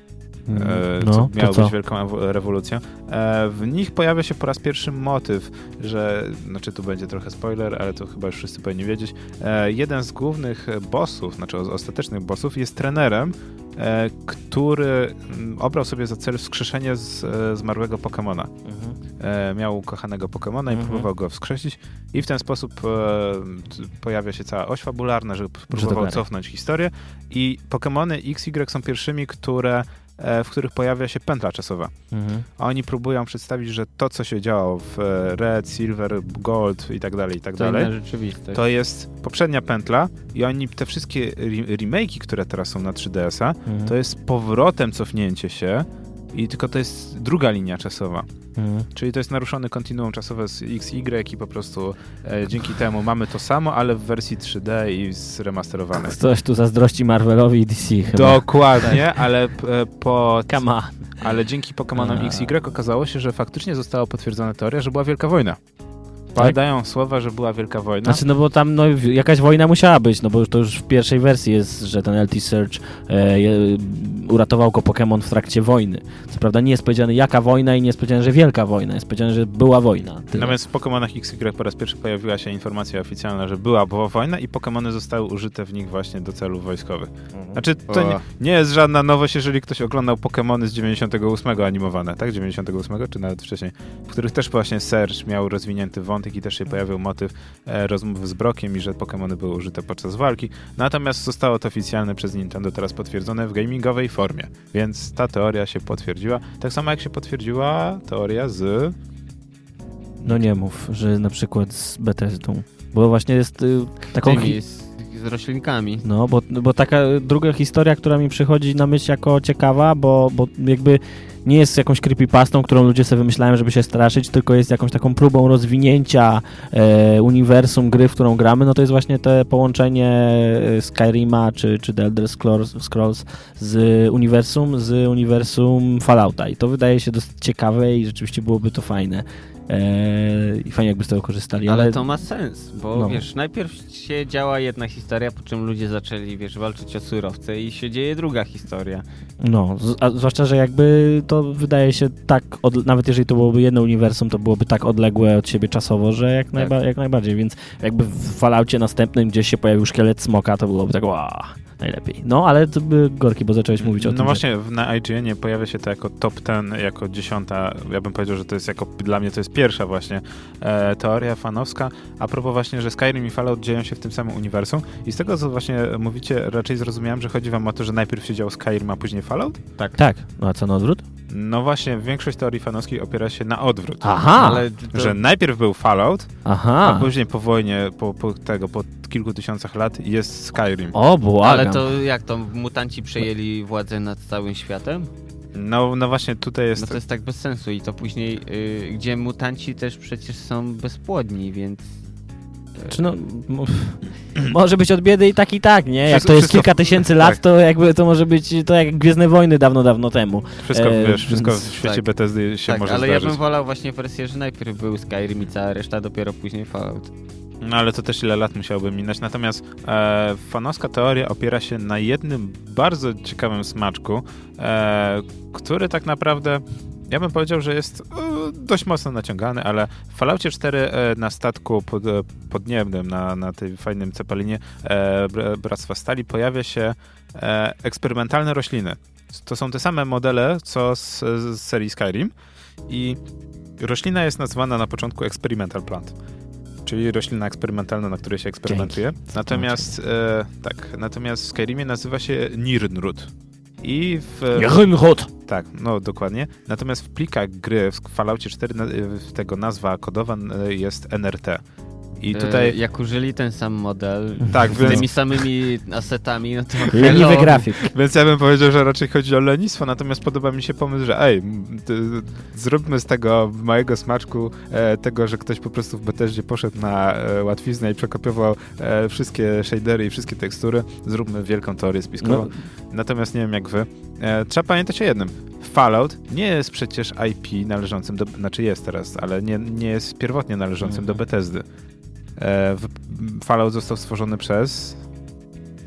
no, co miało co? być wielką rewolucją. E, w nich pojawia się po raz pierwszy motyw, że, znaczy tu będzie trochę spoiler, ale to chyba już wszyscy powinni wiedzieć, e, jeden z głównych bossów, znaczy ostatecznych bossów jest trenerem, e, który obrał sobie za cel wskrzeszenie z, e, zmarłego Pokemona. Mhm. E, miał ukochanego Pokemona mhm. i próbował go wskrzesić i w ten sposób e, pojawia się cała oś fabularna, żeby próbował cofnąć historię i Pokemony X Y są pierwszymi, które w których pojawia się pętla czasowa. Mhm. A oni próbują przedstawić, że to, co się działo w Red, Silver, Gold i tak dalej, i tak dalej, to jest poprzednia pętla i oni, te wszystkie remake'i, które teraz są na trzy D S a, mhm. to jest powrotem cofnięcie się i tylko to jest druga linia czasowa. Mhm. Czyli to jest naruszony kontinuum czasowe z X Y i po prostu e, dzięki temu mamy to samo, ale w wersji trzy D i zremasterowanej. Coś tu zazdrości Marvelowi i D C chyba. Dokładnie, ale p- po... Come on. Ale dzięki Pokemonom X Y okazało się, że faktycznie została potwierdzona teoria, że była Wielka Wojna. Padają tak? słowa, że była Wielka Wojna. Znaczy, no bo tam no, jakaś wojna musiała być, no bo to już w pierwszej wersji jest, że ten L T Search e, je, uratował go Pokémon w trakcie wojny. Co prawda nie jest powiedziane jaka wojna i nie jest powiedziane, że wielka wojna, jest powiedziane, że była wojna. Tyle. Natomiast w Pokemonach X Y po raz pierwszy pojawiła się informacja oficjalna, że była, była wojna i Pokemony zostały użyte w nich właśnie do celów wojskowych. Mhm. Znaczy, to nie, nie jest żadna nowość, jeżeli ktoś oglądał Pokemony z dziewięćdziesiątego ósmego animowane, tak? dziewięćdziesiątego ósmego czy nawet wcześniej, w których też właśnie Search miał rozwinięty wątek i też się pojawił motyw e, rozmów z Brockiem i że Pokemony były użyte podczas walki. Natomiast zostało to oficjalnie przez Nintendo teraz potwierdzone w gamingowej formie. Więc ta teoria się potwierdziła. Tak samo jak się potwierdziła teoria z... No nie mów, że na przykład z Bethesdą. Bo właśnie jest y, taką... Tymi, z, z roślinkami. No, bo, bo taka druga historia, która mi przychodzi na myśl jako ciekawa, bo, bo jakby nie jest jakąś creepypastą, którą ludzie sobie wymyślają, żeby się straszyć, tylko jest jakąś taką próbą rozwinięcia e, uniwersum gry, w którą gramy, no to jest właśnie te połączenie Skyrima czy, czy The Elder Scrolls, Scrolls z uniwersum, z uniwersum Fallouta i to wydaje się dosyć ciekawe i rzeczywiście byłoby to fajne. Eee, i fajnie jakby z tego korzystali. Ale, ale to ma sens, bo no. wiesz, najpierw się działa jedna historia, po czym ludzie zaczęli, wiesz, walczyć o surowce i się dzieje druga historia. No, z, a zwłaszcza, że jakby to wydaje się tak, od, nawet jeżeli to byłoby jedno uniwersum, to byłoby tak odległe od siebie czasowo, że jak, tak. najba, jak najbardziej, więc jakby w Falloutie następnym gdzieś się pojawił szkielet smoka, to byłoby tak wow, najlepiej. No, ale to by Gorki, bo zacząłeś mówić o no tym. No właśnie, że... na I G N-ie pojawia się to jako top dziesięć, jako dziesiąta, ja bym powiedział, że to jest jako, dla mnie to jest pierwsza właśnie e, teoria fanowska, a propos właśnie, że Skyrim i Fallout dzieją się w tym samym uniwersum i z tego, co właśnie mówicie, raczej zrozumiałem, że chodzi wam o to, że najpierw się działo Skyrim, a później Fallout? Tak. Tak. No a co, na odwrót? No właśnie, większość teorii fanowskich opiera się na odwrót. Aha! Ale to... Że najpierw był Fallout, aha, a później po wojnie, po, po tego, po kilku tysiącach lat jest Skyrim. O, błagam. Ale to jak to, mutanci przejęli władzę nad całym światem? No, no właśnie tutaj jest... No to jest tak bez sensu i to później, yy, gdzie mutanci też przecież są bezpłodni, więc... Czy no, może być od biedy i tak i tak, nie? Jak wszystko, to jest wszystko, kilka tysięcy lat, tak. to jakby to może być to jak Gwiezdne Wojny dawno, dawno temu. Wszystko, e, wiesz, wszystko w świecie tak. Bethesdy się tak, może ale zdarzyć. Ja bym wolał właśnie wersję, że najpierw był Skyrim i cała reszta, dopiero później Fallout. No ale to też ile lat musiałoby minąć. Natomiast e, fanowska teoria opiera się na jednym bardzo ciekawym smaczku, e, który tak naprawdę... Ja bym powiedział, że jest e, dość mocno naciągany, ale w Falloutie cztery e, na statku pod, podniebnym, na, na tej fajnym cepelinie e, Bractwa Stali pojawia się e, eksperymentalne rośliny. To są te same modele, co z, z serii Skyrim i roślina jest nazwana na początku Experimental Plant, czyli roślina eksperymentalna, na której się eksperymentuje. Dzięki. Natomiast e, tak, natomiast w Skyrimie nazywa się Nirnroot. I w... Nirnroot! Tak, no dokładnie. Natomiast w plikach gry w Falloutie cztery tego nazwa kodowa jest N R T. I tutaj... E, jak użyli ten sam model tak, z więc... tymi samymi asetami, no to leniwy grafik. Więc ja bym powiedział, że raczej chodzi o lenistwo, natomiast podoba mi się pomysł, że ej, ty, zróbmy z tego małego smaczku e, tego, że ktoś po prostu w Bethesdzie poszedł na e, łatwiznę i przekopiował e, wszystkie shadery i wszystkie tekstury. Zróbmy wielką teorię spiskową. No. Natomiast nie wiem jak wy. E, trzeba pamiętać o jednym. Fallout nie jest przecież I P należącym do... Znaczy jest teraz, ale nie, nie jest pierwotnie należącym mhm. do Bethesdy. Fallout został stworzony przez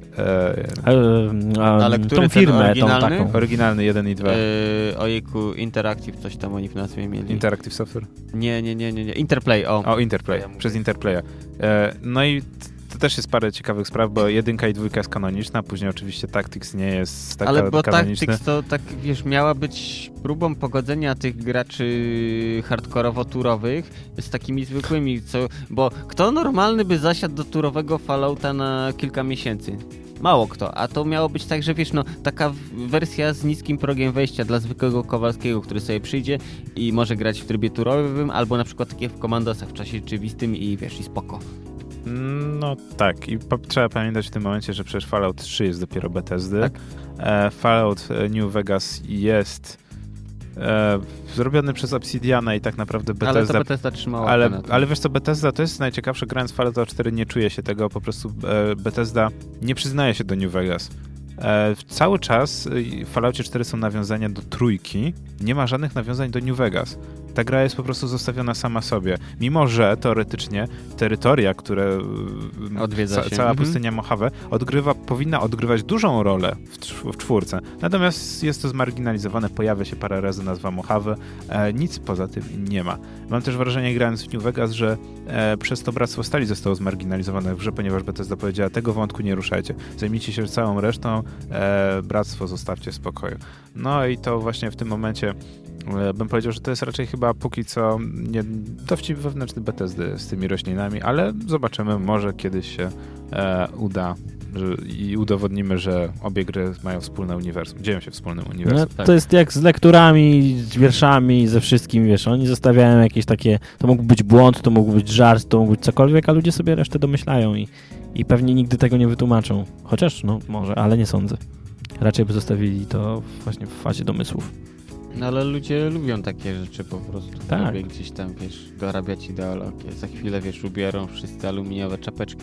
E, e, Ale tą który ten firmę, tą oryginalny? taką. oryginalny jeden i dwa. Yy, ojejku, Interactive, coś tam oni w nazwie mieli. Interactive Software? Nie, nie, nie, nie, nie. Interplay, o. O, Interplay, Ja mówię. przez Interplaya. E, no i to też jest parę ciekawych spraw, bo jedynka i dwójka jest kanoniczna, później oczywiście Tactics nie jest taka Ale bo kanoniczna. Tactics to tak, wiesz, miała być próbą pogodzenia tych graczy hardkorowo-turowych z takimi zwykłymi, co... Bo kto normalny by zasiadł do turowego Fallouta na kilka miesięcy? Mało kto, a to miało być tak, że wiesz, no taka wersja z niskim progiem wejścia dla zwykłego Kowalskiego, który sobie przyjdzie i może grać w trybie turowym, albo na przykład takie w Commandosach w czasie rzeczywistym i wiesz, i spoko. No tak, i po, trzeba pamiętać w tym momencie, że przecież Fallout trzy jest dopiero Bethesdy. Tak. E, Fallout New Vegas jest e, zrobiony przez Obsidiana i tak naprawdę Bethesda... Ale to Bethesda trzymała. Ale, na to. ale wiesz co, Bethesda to jest najciekawsze, grając w Fallout cztery nie czuje się tego, po prostu e, Bethesda nie przyznaje się do New Vegas. E, cały czas w Falloutie cztery są nawiązania do trójki, nie ma żadnych nawiązań do New Vegas. Ta gra jest po prostu zostawiona sama sobie. Mimo że teoretycznie terytoria, które Odwiedza ca- się. cała Mhm. pustynia Mojave odgrywa, powinna odgrywać dużą rolę w, cz- w czwórce. Natomiast jest to zmarginalizowane, pojawia się parę razy nazwa Mojave, e, nic poza tym nie ma. Mam też wrażenie, grając w New Vegas, że e, przez to Bractwo Stali zostało zmarginalizowane w grze, ponieważ Bethesda powiedziała, tego wątku nie ruszajcie. Zajmijcie się całą resztą, e, Bractwo zostawcie w spokoju. No i to właśnie w tym momencie bym powiedział, że to jest raczej chyba póki co nie, dowcip wewnętrzny Bethesdy z tymi roślinami, ale zobaczymy, może kiedyś się e, uda że, i udowodnimy, że obie gry mają wspólne uniwersum, dzieją się w wspólnym uniwersum. No, tak. to jest jak z lekturami, z wierszami, ze wszystkim, wiesz, oni zostawiają jakieś takie, to mógł być błąd, to mógł być żart, to mógł być cokolwiek, a ludzie sobie resztę domyślają i, i pewnie nigdy tego nie wytłumaczą. Chociaż, no może, ale nie sądzę. Raczej by zostawili to właśnie w fazie domysłów. No ale ludzie lubią takie rzeczy po prostu. Tak. Sobie gdzieś tam, wiesz, dorabiać ideologię. Za chwilę, wiesz, ubiorą wszyscy aluminiowe czapeczki.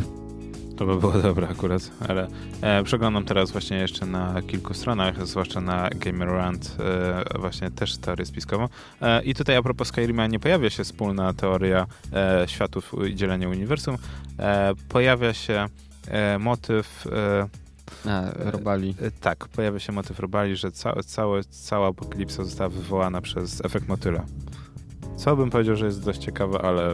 To by było dobre akurat, ale e, przeglądam teraz właśnie jeszcze na kilku stronach, zwłaszcza na Gamerant, e, właśnie też teorię spiskową. E, I tutaj a propos Skyrima nie pojawia się wspólna teoria e, światów i dzielenia uniwersum. E, pojawia się e, motyw... E, A, Robali. E, tak, pojawia się motyw Robali, że ca- całe, cała apokalipsa została wywołana przez efekt motyla. Co bym powiedział, że jest dość ciekawe, ale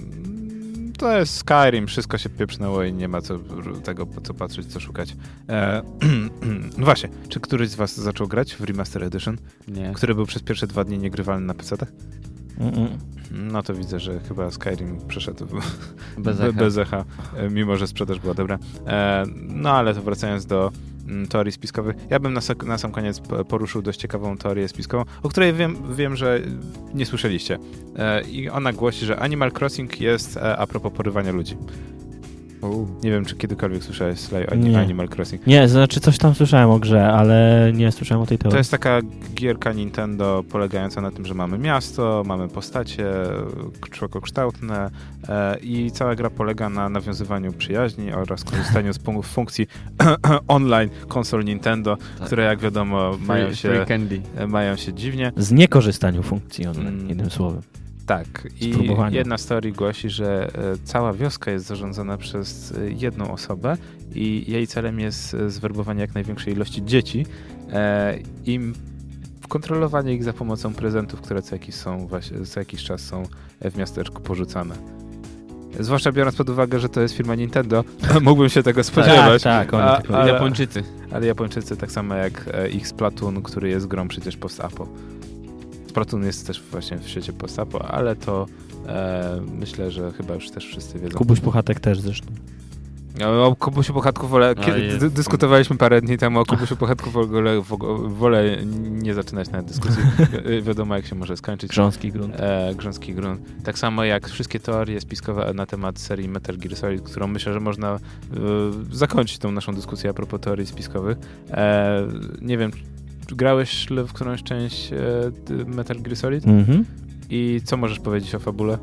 to jest Skyrim, wszystko się pieprznęło i nie ma co, tego po co patrzeć, co szukać. E, no właśnie, czy któryś z was zaczął grać w Remaster Edition, Nie. który był przez pierwsze dwa dni niegrywalny na pecetach? Mm-mm. No to widzę, że chyba Skyrim przeszedł Bez be- echa. bez echa, e, mimo że sprzedaż była dobra. E, no ale to wracając do mm, teorii spiskowych, ja bym na, sak- na sam koniec p- poruszył dość ciekawą teorię spiskową, o której wiem, wiem że nie słyszeliście. E, I ona głosi, że Animal Crossing jest e, a propos porywania ludzi. U. Nie wiem, czy kiedykolwiek słyszałeś Slay o Nie. Animal Crossing. Nie, znaczy coś tam słyszałem o grze, ale nie słyszałem o tej teorii. To jest taka gierka Nintendo polegająca na tym, że mamy miasto, mamy postacie człowiekokształtne e, i cała gra polega na nawiązywaniu przyjaźni oraz korzystaniu z punk- funkcji online konsol Nintendo, Tak. które jak wiadomo mają Free, się, free candy. e, mają się dziwnie. Z niekorzystaniu funkcji online, Mm. jednym słowem. Tak. I Spróbowania. jedna z teorii głosi, że e, cała wioska jest zarządzana przez e, jedną osobę i jej celem jest e, zwerbowanie jak największej ilości dzieci e, i kontrolowanie ich za pomocą prezentów, które co jakiś, są, właśnie, co jakiś czas są w miasteczku porzucane. Zwłaszcza biorąc pod uwagę, że to jest firma Nintendo, mógłbym się tego spodziewać. Tak, tak, oni A- tak robią. ale- Japończycy. Ale Japończycy tak samo jak e, ich Splatoon, który jest grą przecież post-apo. Splatoon jest też właśnie w świecie post-apo, ale to e, myślę, że chyba już też wszyscy wiedzą. Kubuś Puchatek też zresztą. O, o Kubusiu Puchatku wolę, A, kiedy, jest. dy, dyskutowaliśmy parę dni temu o Kubusiu Puchatku, wolę, wolę nie zaczynać nawet dyskusji. Wi- wiadomo jak się może skończyć. Grząski grunt. E, grząski grunt. Tak samo jak wszystkie teorie spiskowe na temat serii Metal Gear Solid, którą myślę, że można e, zakończyć tą naszą dyskusję a propos teorii spiskowych. E, nie wiem, czy grałeś w którąś część e, Metal Gear Solid? Mhm. I co możesz powiedzieć o fabule?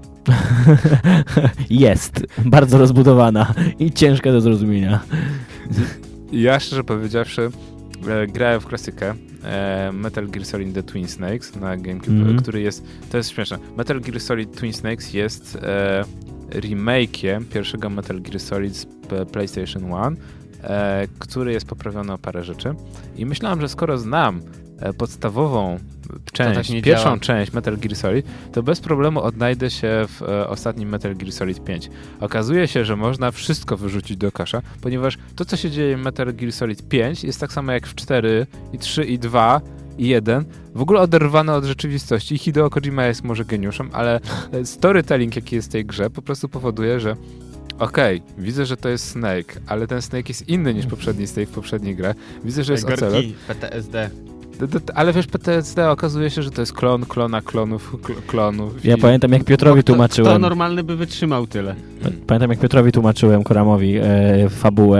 Jest. Bardzo rozbudowana i ciężka do zrozumienia. Ja szczerze powiedziawszy e, grałem w klasykę e, Metal Gear Solid The Twin Snakes na GameCube, Mhm. który jest, to jest śmieszne, Metal Gear Solid Twin Snakes jest e, remake'iem pierwszego Metal Gear Solid z p- PlayStation jeden e, który jest poprawiony o parę rzeczy. I myślałem, że skoro znam e, podstawową część, tak pierwszą działa. część Metal Gear Solid, to bez problemu odnajdę się w e, ostatnim Metal Gear Solid pięć. Okazuje się, że można wszystko wyrzucić do kasza, ponieważ to, co się dzieje w Metal Gear Solid pięć jest tak samo jak w cztery, i trzy, i dwa, i jeden, w ogóle oderwane od rzeczywistości. Hideo Kojima jest może geniuszem, ale storytelling, jaki jest w tej grze, po prostu powoduje, że okej, okay, widzę, że to jest Snake, ale ten Snake jest inny niż poprzedni Snake w poprzedniej grze. Widzę, że jest Ocelot. P T S D. Ale wiesz, P T S D okazuje się, że to jest klon, klona, klonów, klonów. Ja i... pamiętam, jak Piotrowi kto, tłumaczyłem. Kto normalny by wytrzymał tyle? Pamiętam, jak Piotrowi tłumaczyłem, Koramowi, e, fabułę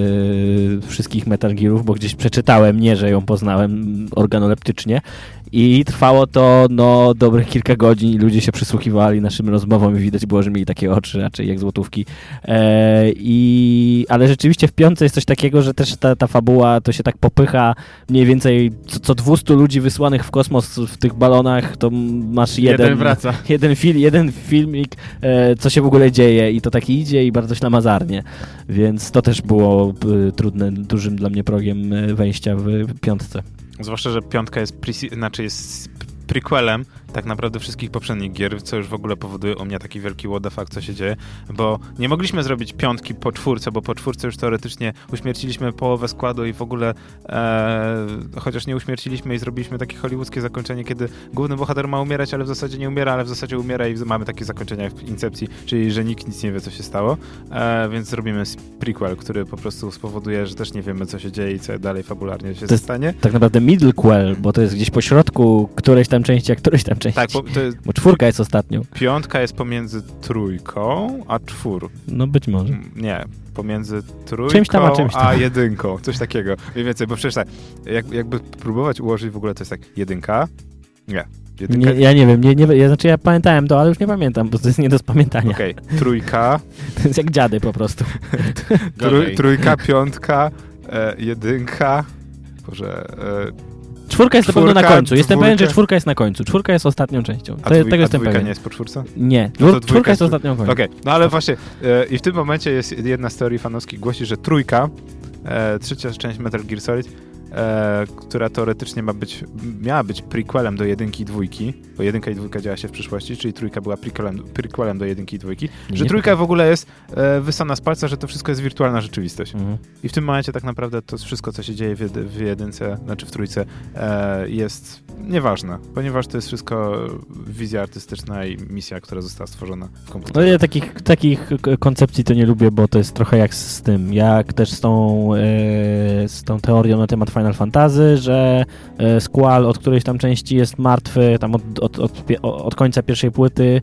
e, wszystkich Metal Gearów, bo gdzieś przeczytałem, nie, że ją poznałem organoleptycznie. I trwało to no dobrych kilka godzin i ludzie się przysłuchiwali naszym rozmowom i widać było, że mieli takie oczy raczej jak złotówki. E, i, ale rzeczywiście w piątce jest coś takiego, że też ta, ta fabuła to się tak popycha mniej więcej co, co dwieście ludzi wysłanych w kosmos w tych balonach, to masz jeden, jeden wraca. Jeden, fil, jeden filmik, e, co się w ogóle dzieje i to tak idzie i bardzo ślamazarnie. Więc to też było e, trudne, dużym dla mnie progiem e, wejścia w, w piątce. Zwłaszcza, że piątka jest, pre- znaczy jest prequelem tak naprawdę wszystkich poprzednich gier, co już w ogóle powoduje u mnie taki wielki what the fuck, co się dzieje, bo nie mogliśmy zrobić piątki po czwórce, bo po czwórce już teoretycznie uśmierciliśmy połowę składu i w ogóle e, chociaż nie uśmierciliśmy i zrobiliśmy takie hollywoodzkie zakończenie, kiedy główny bohater ma umierać, ale w zasadzie nie umiera, ale w zasadzie umiera i mamy takie zakończenia jak w Incepcji, czyli że nikt nic nie wie, co się stało, e, więc zrobimy prequel, który po prostu spowoduje, że też nie wiemy, co się dzieje i co dalej fabularnie się to stanie. Tak naprawdę middlequel, bo to jest gdzieś po środku którejś tam części, a którejś tam części. Tak, bo, to jest, bo czwórka jest ostatnią. Piątka jest pomiędzy trójką a czwór. No być może. Nie, pomiędzy trójką czymś tam, a, czymś tam. a jedynką. Coś takiego. Mniej więcej, bo przecież tak, jak, jakby próbować ułożyć w ogóle, to jest tak, jedynka, nie. Jedynka, nie ja nie wiem, nie, nie, ja, znaczy ja pamiętałem to, ale już nie pamiętam, bo to jest nie do spamiętania. Okej, okay. Trójka. To jest jak dziady po prostu. Trój, trójka, piątka, e, jedynka, Boże... E, Czwórka jest czwórka, na pewno na końcu. Jestem dwójka. pewien, że czwórka jest na końcu. Czwórka jest ostatnią częścią. A, To, dwój, tego a jestem dwójka pewien. nie jest po czwórce? Nie. No to czwórka jest jest ostatnią końcą. Okej, okay. No ale właśnie e, i w tym momencie jest jedna z teorii fanowskich głosi, że trójka, e, trzecia część Metal Gear Solid, e, która teoretycznie ma być, miała być prequelem do jedynki i dwójki, bo jedynka i dwójka działa się w przyszłości, czyli trójka była prequelem, prequelem do jedynki i dwójki, Nie że trójka pytam. w ogóle jest e, wysana z palca, że to wszystko jest wirtualna rzeczywistość. Mhm. I w tym momencie tak naprawdę to wszystko, co się dzieje w, jedy, w jedynce, znaczy w trójce, e, jest nieważne, ponieważ to jest wszystko wizja artystyczna i misja, która została stworzona w komputerze. No ja takich, takich koncepcji to nie lubię, bo to jest trochę jak z tym, jak też z tą, e, z tą teorią na temat Final Fantasy, że e, Squall od którejś tam części jest martwy, tam od, od, od, od końca pierwszej płyty,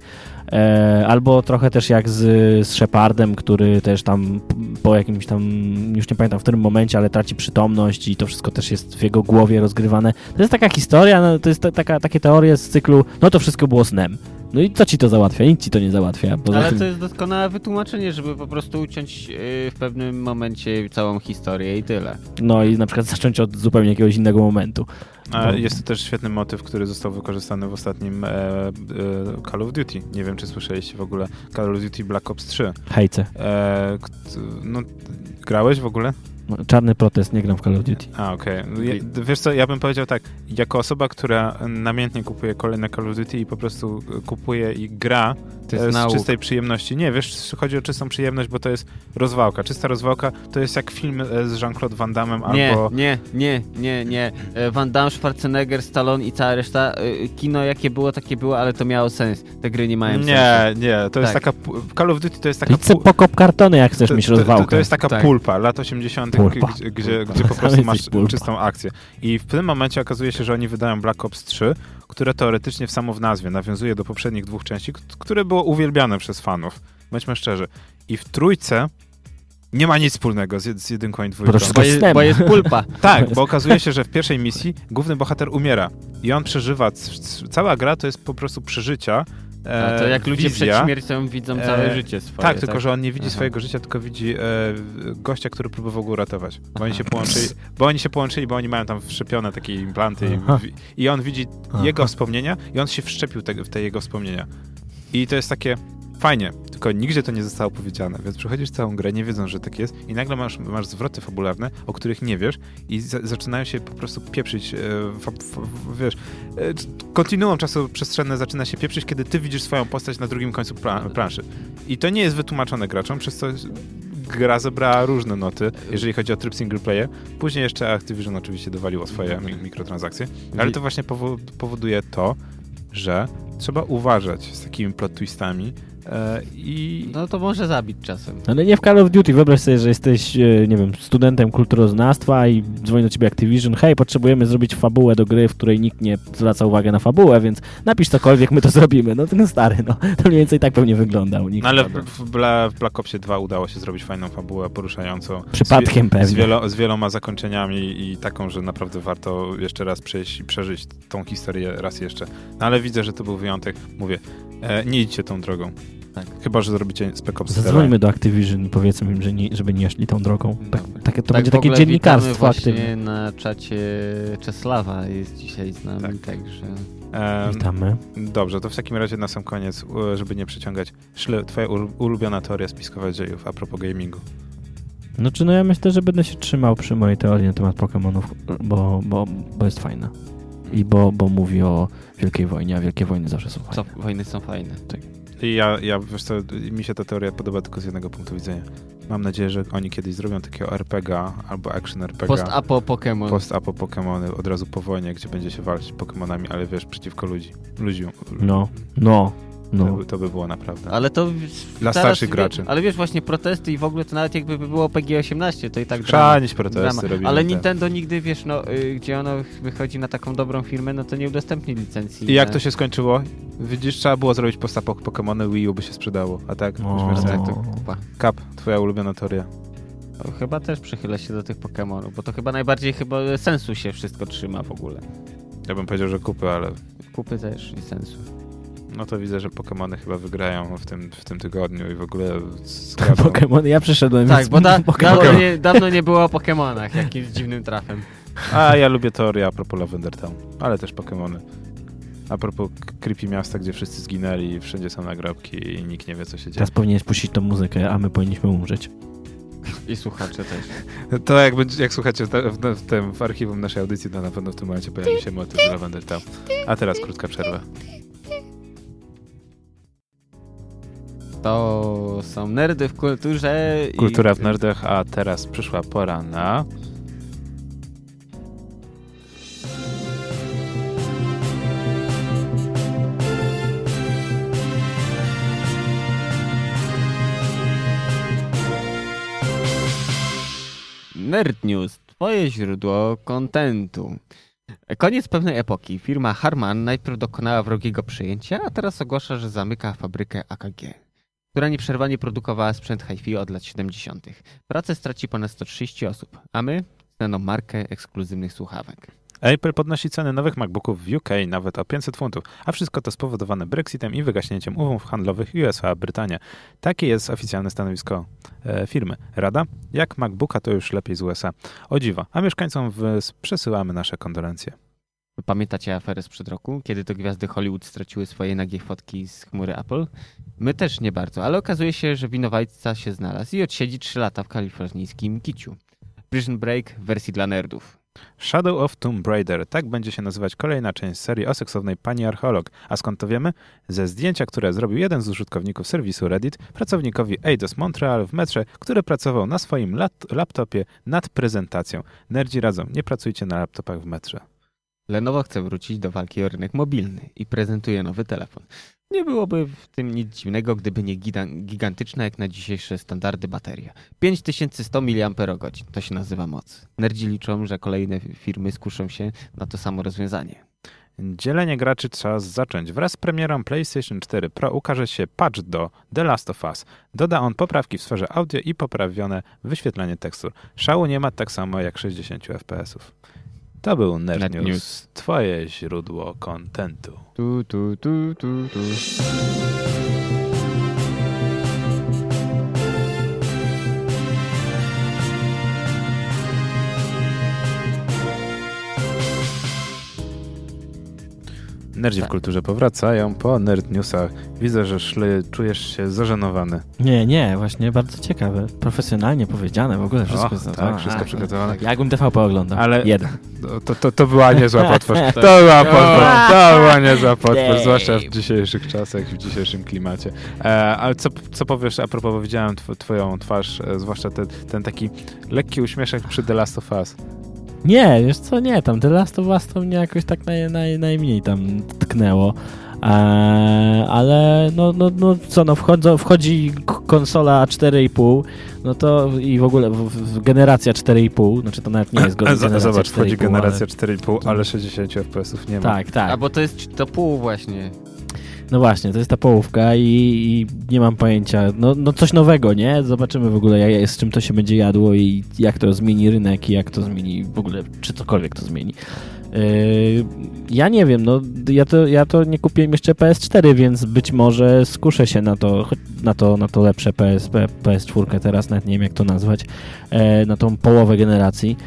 e, albo trochę też jak z, z Shepardem, który też tam po jakimś tam, już nie pamiętam w którym momencie, ale traci przytomność i to wszystko też jest w jego głowie rozgrywane. To jest taka historia, no, to jest ta, taka, takie teorie z cyklu, no to wszystko było snem. No i co ci to załatwia? Nic ci to nie załatwia. Poza Ale tym... to jest doskonałe wytłumaczenie, żeby po prostu uciąć yy, w pewnym momencie całą historię i tyle. No i na przykład zacząć od zupełnie jakiegoś innego momentu. A jest to też świetny motyw, który został wykorzystany w ostatnim e, e, Call of Duty. Nie wiem, czy słyszeliście w ogóle Call of Duty Black Ops trzy. Hejce. E, no, grałeś w ogóle? Czarny protest, nie gram w Call of Duty. A, okej. Okay. Wiesz co, ja bym powiedział tak, jako osoba, która namiętnie kupuje kolejne Call of Duty i po prostu kupuje i gra z nauk. czystej przyjemności. Nie, wiesz, chodzi o czystą przyjemność, bo to jest rozwałka. Czysta rozwałka to jest jak film z Jean-Claude Van Damme Nie, albo... nie, nie, nie, nie. Van Damme, Schwarzenegger, Stallone i cała reszta. Kino jakie było, takie było, ale to miało sens. Te gry nie mają nie, sensu. Nie, nie. To jest Tak. taka... Call of Duty to jest taka... Idź sobie pokop kartony, jak chcesz to, mieć to, rozwałkę. to, to jest taka Tak. pulpa, lat osiemdziesiątych, Pulpa. gdzie, gdzie, Pulpa. gdzie po Sam prostu masz jesteś pulpa. czystą akcję. I w tym momencie okazuje się, że oni wydają Black Ops trzy, które teoretycznie w samo w nazwie nawiązuje do poprzednich dwóch części, k- które było uwielbiane przez fanów. Bądźmy szczerzy. I w trójce nie ma nic wspólnego z, z jedynką i dwójką. To wszystko Bo jest, snem. bo jest pulpa. Tak, bo okazuje się, że w pierwszej misji główny bohater umiera i on przeżywa, c- c- cała gra to jest po prostu przeżycia. E, A to jak ludzie wizja. przed śmiercią widzą całe E, życie swoje. Tak, tylko że on nie widzi Aha. swojego życia, tylko widzi e, gościa, który próbował go uratować. Bo oni się połączyli, bo oni się połączyli, bo oni mają tam wszczepione takie implanty Aha. i, i on widzi Aha. jego wspomnienia i on się wszczepił te, w te jego wspomnienia. I to jest takie, fajnie, tylko nigdzie to nie zostało powiedziane, więc przechodzisz całą grę, nie wiedząc, że tak jest i nagle masz, masz zwroty fabularne, o których nie wiesz i za, zaczynają się po prostu pieprzyć, e, fa, fa, wiesz, e, kontinuum czasoprzestrzenne zaczyna się pieprzyć, kiedy ty widzisz swoją postać na drugim końcu pra, planszy. I to nie jest wytłumaczone graczom, przez co gra zebrała różne noty, jeżeli chodzi o tryb single player. Później jeszcze Activision oczywiście dowaliło swoje mi- mikrotransakcje, ale to właśnie powo- powoduje to, że trzeba uważać z takimi plot twistami e, i... No to może zabić czasem. Ale nie w Call of Duty. Wyobraź sobie, że jesteś, e, nie wiem, studentem kulturoznawstwa i dzwoni do ciebie Activision. Hej, potrzebujemy zrobić fabułę do gry, w której nikt nie zwraca uwagi na fabułę, więc napisz cokolwiek, my to zrobimy. No ten stary, no. To mniej więcej tak pewnie wygląda u nich. No, ale w, w, Bla, w Black Opsie dwa udało się zrobić fajną fabułę poruszającą. Przypadkiem z, pewnie. Z, wielo, z wieloma zakończeniami i taką, że naprawdę warto jeszcze raz przejść i przeżyć tą historię raz jeszcze. No ale widzę, że to był wyjątek. Mówię, e, nie idźcie tą drogą. Tak. Chyba, że zrobicie Spec Ops. Zadzwońmy do Activision i powiedzmy im, że nie, żeby nie szli tą drogą. Tak, takie, to tak, będzie w ogóle takie dziennikarstwo witamy aktywne. właśnie na czacie Czesława jest dzisiaj z nami, tak. Także... Um, Witamy. Dobrze, to w takim razie na sam koniec, żeby nie przeciągać, Szle, twoja ulubiona teoria spiskowa dziejów a propos gamingu. No czy no ja myślę, że będę się trzymał przy mojej teorii na temat Pokemonów, bo, bo, bo jest fajna. I bo, bo mówi o Wielkiej Wojnie, a Wielkie Wojny zawsze są fajne. Co, wojny są fajne. Tak. I ja, ja, wiesz co, mi się ta teoria podoba tylko z jednego punktu widzenia. Mam nadzieję, że oni kiedyś zrobią takiego er pe gie a albo action er pe gie a. Post-apo Pokémon. Post-apo Pokemony od razu po wojnie, gdzie będzie się walczyć Pokemonami, ale wiesz, przeciwko ludzi. Ludziom. No, no, no. To, by, to by było naprawdę. Ale to... Dla zaraz, starszych graczy. Ale wiesz, właśnie protesty i w ogóle to nawet jakby było P G osiemnaście, to i tak Chrzanić protesty robimy. Ale ten. Nintendo nigdy, wiesz, no, y, gdzie ono wychodzi na taką dobrą firmę, no to nie udostępni licencji. I jak na... to się skończyło? Widzisz, trzeba było zrobić post-apo Pokemony, Wii U by się sprzedało. A tak? O. Już Tak, tak, to to... kupa. Kap, twoja ulubiona teoria. To chyba też przychylę się do tych Pokemonów, bo to chyba najbardziej chyba sensu się wszystko trzyma w ogóle. Ja bym powiedział, że kupy, ale Kupy też i sensu. no to widzę, że Pokemony chyba wygrają w tym, w tym tygodniu i w ogóle zgadzam. Pokemony, ja przyszedłem. Tak, więc bo da, Pokemon. dawno, nie, dawno nie było o Pokemonach, jakimś dziwnym trafem. A ja lubię teorię a propos Lavender Town, ale też Pokemony. A propos creepy miasta, gdzie wszyscy zginęli i wszędzie są nagrobki i nikt nie wie, co się dzieje. Teraz powinieneś puścić tą muzykę, a my powinniśmy umrzeć. I słuchacze też. To jak, będzie, jak słuchacie w, w, w, tym, w archiwum naszej audycji, to na pewno w tym momencie pojawi się motyw z Lavender Town. A teraz krótka przerwa. To są nerdy w kulturze. Kultura i... w nerdach, a teraz przyszła pora na... Nerd News, twoje źródło kontentu. Koniec pewnej epoki. Firma Harman najpierw dokonała wrogiego przejęcia, a teraz ogłasza, że zamyka fabrykę A K G, która nieprzerwanie produkowała sprzęt hi-fi od lat siedemdziesiątych. Pracę straci ponad sto trzydzieści osób, a my znaną markę ekskluzywnych słuchawek. Apple podnosi ceny nowych MacBooków w U K nawet o pięćset funtów, a wszystko to spowodowane Brexitem i wygaśnięciem umów handlowych U S A Brytania. Takie jest oficjalne stanowisko e, firmy. Rada? Jak MacBooka to już lepiej z U S A. O dziwo, a mieszkańcom w, przesyłamy nasze kondolencje. Pamiętacie aferę sprzed roku, kiedy to gwiazdy Hollywood straciły swoje nagie fotki z chmury Apple? My też nie bardzo, ale okazuje się, że winowajca się znalazł i odsiedzi trzy lata w kalifornijskim kiciu. Prison Break w wersji dla nerdów. Shadow of Tomb Raider. Tak będzie się nazywać kolejna część serii o seksownej pani archeolog. A skąd to wiemy? Ze zdjęcia, które zrobił jeden z użytkowników serwisu Reddit, pracownikowi Eidos Montreal w metrze, który pracował na swoim lat- laptopie nad prezentacją. Nerdzi radzą, nie pracujcie na laptopach w metrze. Lenovo chce wrócić do walki o rynek mobilny i prezentuje nowy telefon. Nie byłoby w tym nic dziwnego, gdyby nie gigantyczna jak na dzisiejsze standardy bateria. pięć tysięcy sto miliamperogodzin to się nazywa moc. Nerdzi liczą, że kolejne firmy skuszą się na to samo rozwiązanie. Dzielenie graczy trzeba zacząć. Wraz z premierą PlayStation cztery Pro ukaże się patch do The Last of Us. Doda on poprawki w sferze audio i poprawione wyświetlanie tekstur. Szału nie ma tak samo jak sześćdziesiąt F P S ów. To był Nerd, Nerd News. News. Twoje źródło kontentu. Tu, tu, tu, tu, tu. Nerdzi Tak. w kulturze powracają po Nerd Newsach. Widzę, że Szly, czujesz się zażenowany. Nie, nie, właśnie bardzo ciekawe. Profesjonalnie powiedziane, w ogóle wszystko. O, jest- tak, a, wszystko a, przygotowane. tak. Jakbym T V P oglądał. Ale- Jeden. To, to, to była niezła podpowiedź. To była podpowiedź. To była niezła podpowiedź, zwłaszcza w dzisiejszych czasach, w dzisiejszym klimacie. E, ale co, co powiesz, a propos, widziałem tw- twoją twarz, e, zwłaszcza te, ten taki lekki uśmieszek przy The Last of Us. Nie, wiesz co, nie, tam The Last of Us to mnie jakoś tak naj, naj, najmniej tam tknęło. Eee, ale no, no, no co, no wchodzą, wchodzi k- konsola cztery i pół, no to i w ogóle w, w, generacja cztery i pół, znaczy to nawet nie jest go- Z- generacja Zobacz, cztery i wchodzi pół, generacja ale... cztery i pół, ale sześćdziesiąt F P S-ów nie ma. Tak, tak. A bo to jest to pół właśnie. No właśnie, to jest ta połówka i, i nie mam pojęcia, no, no coś nowego, nie? Zobaczymy w ogóle jak, z czym to się będzie jadło i jak to zmieni rynek i jak to zmieni w ogóle, czy cokolwiek to zmieni. Yy, ja nie wiem, no ja to, ja to nie kupiłem jeszcze P S cztery, więc być może skuszę się na to, choć- na to, na to lepsze P S, P, P S cztery teraz, nawet nie wiem jak to nazwać, e, na tą połowę generacji,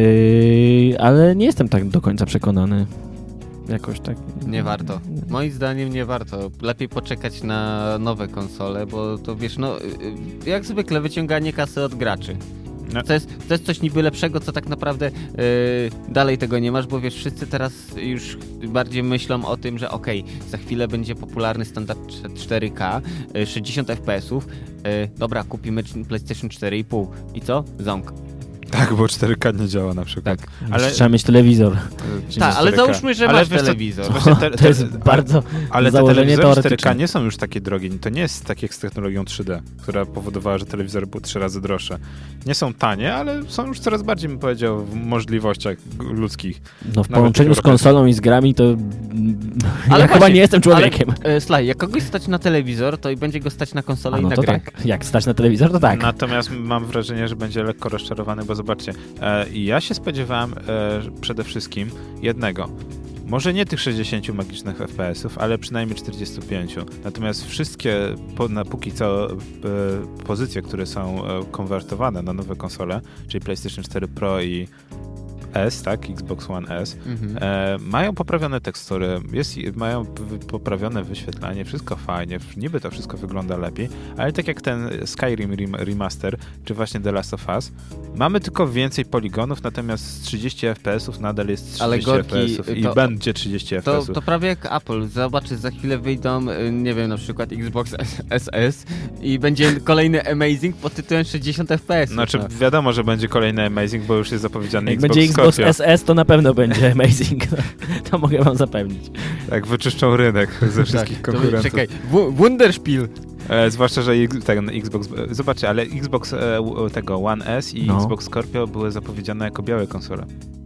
yy, ale nie jestem tak do końca przekonany. Jakoś tak. Nie warto. Moim zdaniem nie warto. Lepiej poczekać na nowe konsole, bo to wiesz, no y, y, jak zwykle wyciąganie kasy od graczy. No. To jest, to jest coś niby lepszego, co tak naprawdę y, dalej tego nie masz, bo wiesz, wszyscy teraz już bardziej myślą o tym, że okej, za chwilę będzie popularny standard cztery K, y, sześćdziesiąt F P S-ów, y, dobra, kupimy PlayStation cztery i pół. I co? Ząg. Tak, bo cztery K nie działa na przykład. Tak. Ale- Trzeba mieć telewizor. Tak, ale cztery K. załóżmy, że Ale masz wiesz co, telewizor. właśnie te- To te- jest ale- bardzo Ale te założenie telewizory cztery K teoretyczne. nie są już takie drogie. To nie jest tak jak z technologią trzy D, która powodowała, że telewizory były trzy razy droższe. Nie są tanie, ale są już coraz bardziej, bym powiedział, w możliwościach g- ludzkich. No w Nawet połączeniu z teoretycznie. konsolą i z grami to Ale ja chyba właśnie, nie jestem człowiekiem. Ale, e, Slaj, jak kogoś stać na telewizor, to i będzie go stać na konsolę A i no na to grę. tak. Jak stać na telewizor, to tak. Natomiast mam wrażenie, że będzie lekko rozczarowany, bo zobaczcie, e, ja się spodziewałem e, przede wszystkim jednego. Może nie tych sześćdziesięciu magicznych F P S-ów, ale przynajmniej czterdziestu pięciu. Natomiast wszystkie, po, na póki co, e, pozycje, które są e, konwertowane na nowe konsole, czyli PlayStation cztery Pro i S, tak, Xbox One S, Mhm. e, mają poprawione tekstury, jest, mają w, poprawione wyświetlanie, wszystko fajnie, niby to wszystko wygląda lepiej, ale tak jak ten Skyrim rem, Remaster, czy właśnie The Last of Us, mamy tylko więcej poligonów, natomiast trzydzieści F P S-ów nadal jest trzydzieści Ale F P S-ów Gorki, i to- będzie trzydzieści To, F P S-ów. to prawie jak Apple. Zobaczysz, za chwilę wyjdą, y, nie wiem, na przykład Xbox S S i będzie kolejny Amazing pod tytułem sześćdziesiąt F P S. Znaczy wiadomo, że będzie kolejny Amazing, bo już jest zapowiedziany Jak Xbox będzie Xbox Scorpio. S S, to na pewno będzie amazing. To mogę wam zapewnić. Tak, wyczyszczą rynek ze wszystkich to, konkurentów. Czekaj, w- Wunderspiel. E, zwłaszcza, że X- ten Xbox... e, Zobaczcie, ale Xbox e, u- tego One S i No. Xbox Scorpio były zapowiedziane jako białe konsole.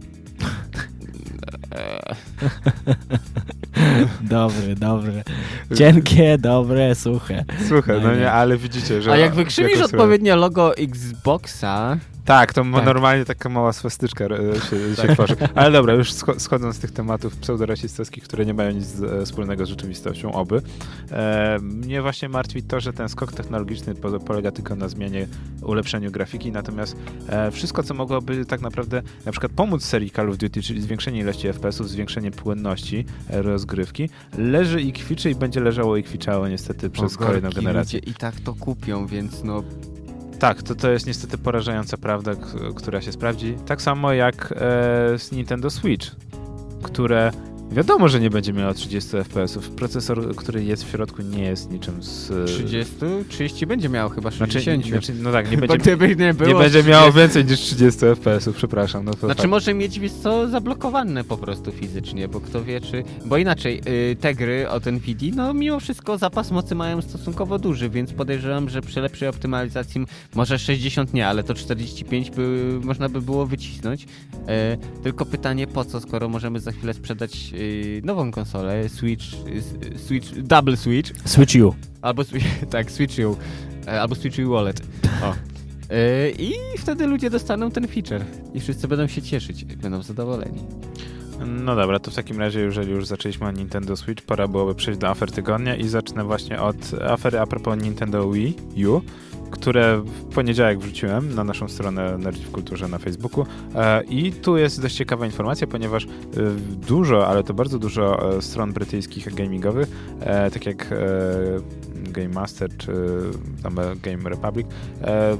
Dobre, dobre. Cienkie, dobre, suche. Słuchaj, no No nie. nie, ale widzicie, że... A jak wykrzywisz jako odpowiednio logo Xboxa, Tak, to ma Tak. normalnie taka mała swastyczka e, się, się tworzy. Ale dobra, już scho- schodząc z tych tematów pseudorasistowskich, które nie mają nic e, wspólnego z rzeczywistością, oby, e, mnie właśnie martwi to, że ten skok technologiczny po, polega tylko na zmianie, ulepszeniu grafiki, natomiast e, wszystko, co mogłoby tak naprawdę na przykład pomóc serii Call of Duty, czyli zwiększenie ilości F P S-ów, zwiększenie płynności e, rozgrywki, leży i kwiczy i będzie leżało i kwiczało niestety przez Gorki, kolejną generację. ludzie i tak to kupią, więc no... Tak, to, to jest niestety porażająca prawda, k- która się sprawdzi. Tak samo jak e, z Nintendo Switch, które wiadomo, że nie będzie miało trzydzieści F P S-ów. Procesor, który jest w środku, nie jest niczym z... trzydzieści? trzydzieści będzie miało chyba Znaczy, sześćdziesiąt. znaczy, no tak, nie Bo będzie, gdyby nie było nie będzie miało trzydzieści. więcej niż trzydzieści F P S-ów, przepraszam. No to Znaczy fakt. może mieć, wiesz co, zablokowane po prostu fizycznie, bo kto wie czy... Bo inaczej, y, te gry od Nvidia, no mimo wszystko zapas mocy mają stosunkowo duży, więc podejrzewam, że przy lepszej optymalizacji może sześćdziesiąt nie, ale to czterdzieści pięć by, można by było wycisnąć. E, tylko pytanie po co, skoro możemy za chwilę sprzedać y, nową konsolę, Switch, y, Switch, Double Switch, Switch U. albo Swi- tak, Switch U, e, albo Switch U Wallet. O. E, I wtedy ludzie dostaną ten feature i wszyscy będą się cieszyć, będą zadowoleni. No dobra, to w takim razie, jeżeli już zaczęliśmy o Nintendo Switch, pora byłoby przejść do afer tygodnia i zacznę właśnie od afery a propos Nintendo Wii U, które w poniedziałek wrzuciłem na naszą stronę Nerdzi w Kulturze na Facebooku. E, I tu jest dość ciekawa informacja, ponieważ e, dużo, ale to bardzo dużo e, stron brytyjskich gamingowych, e, tak jak e, Game Master czy tam Game Republic, e,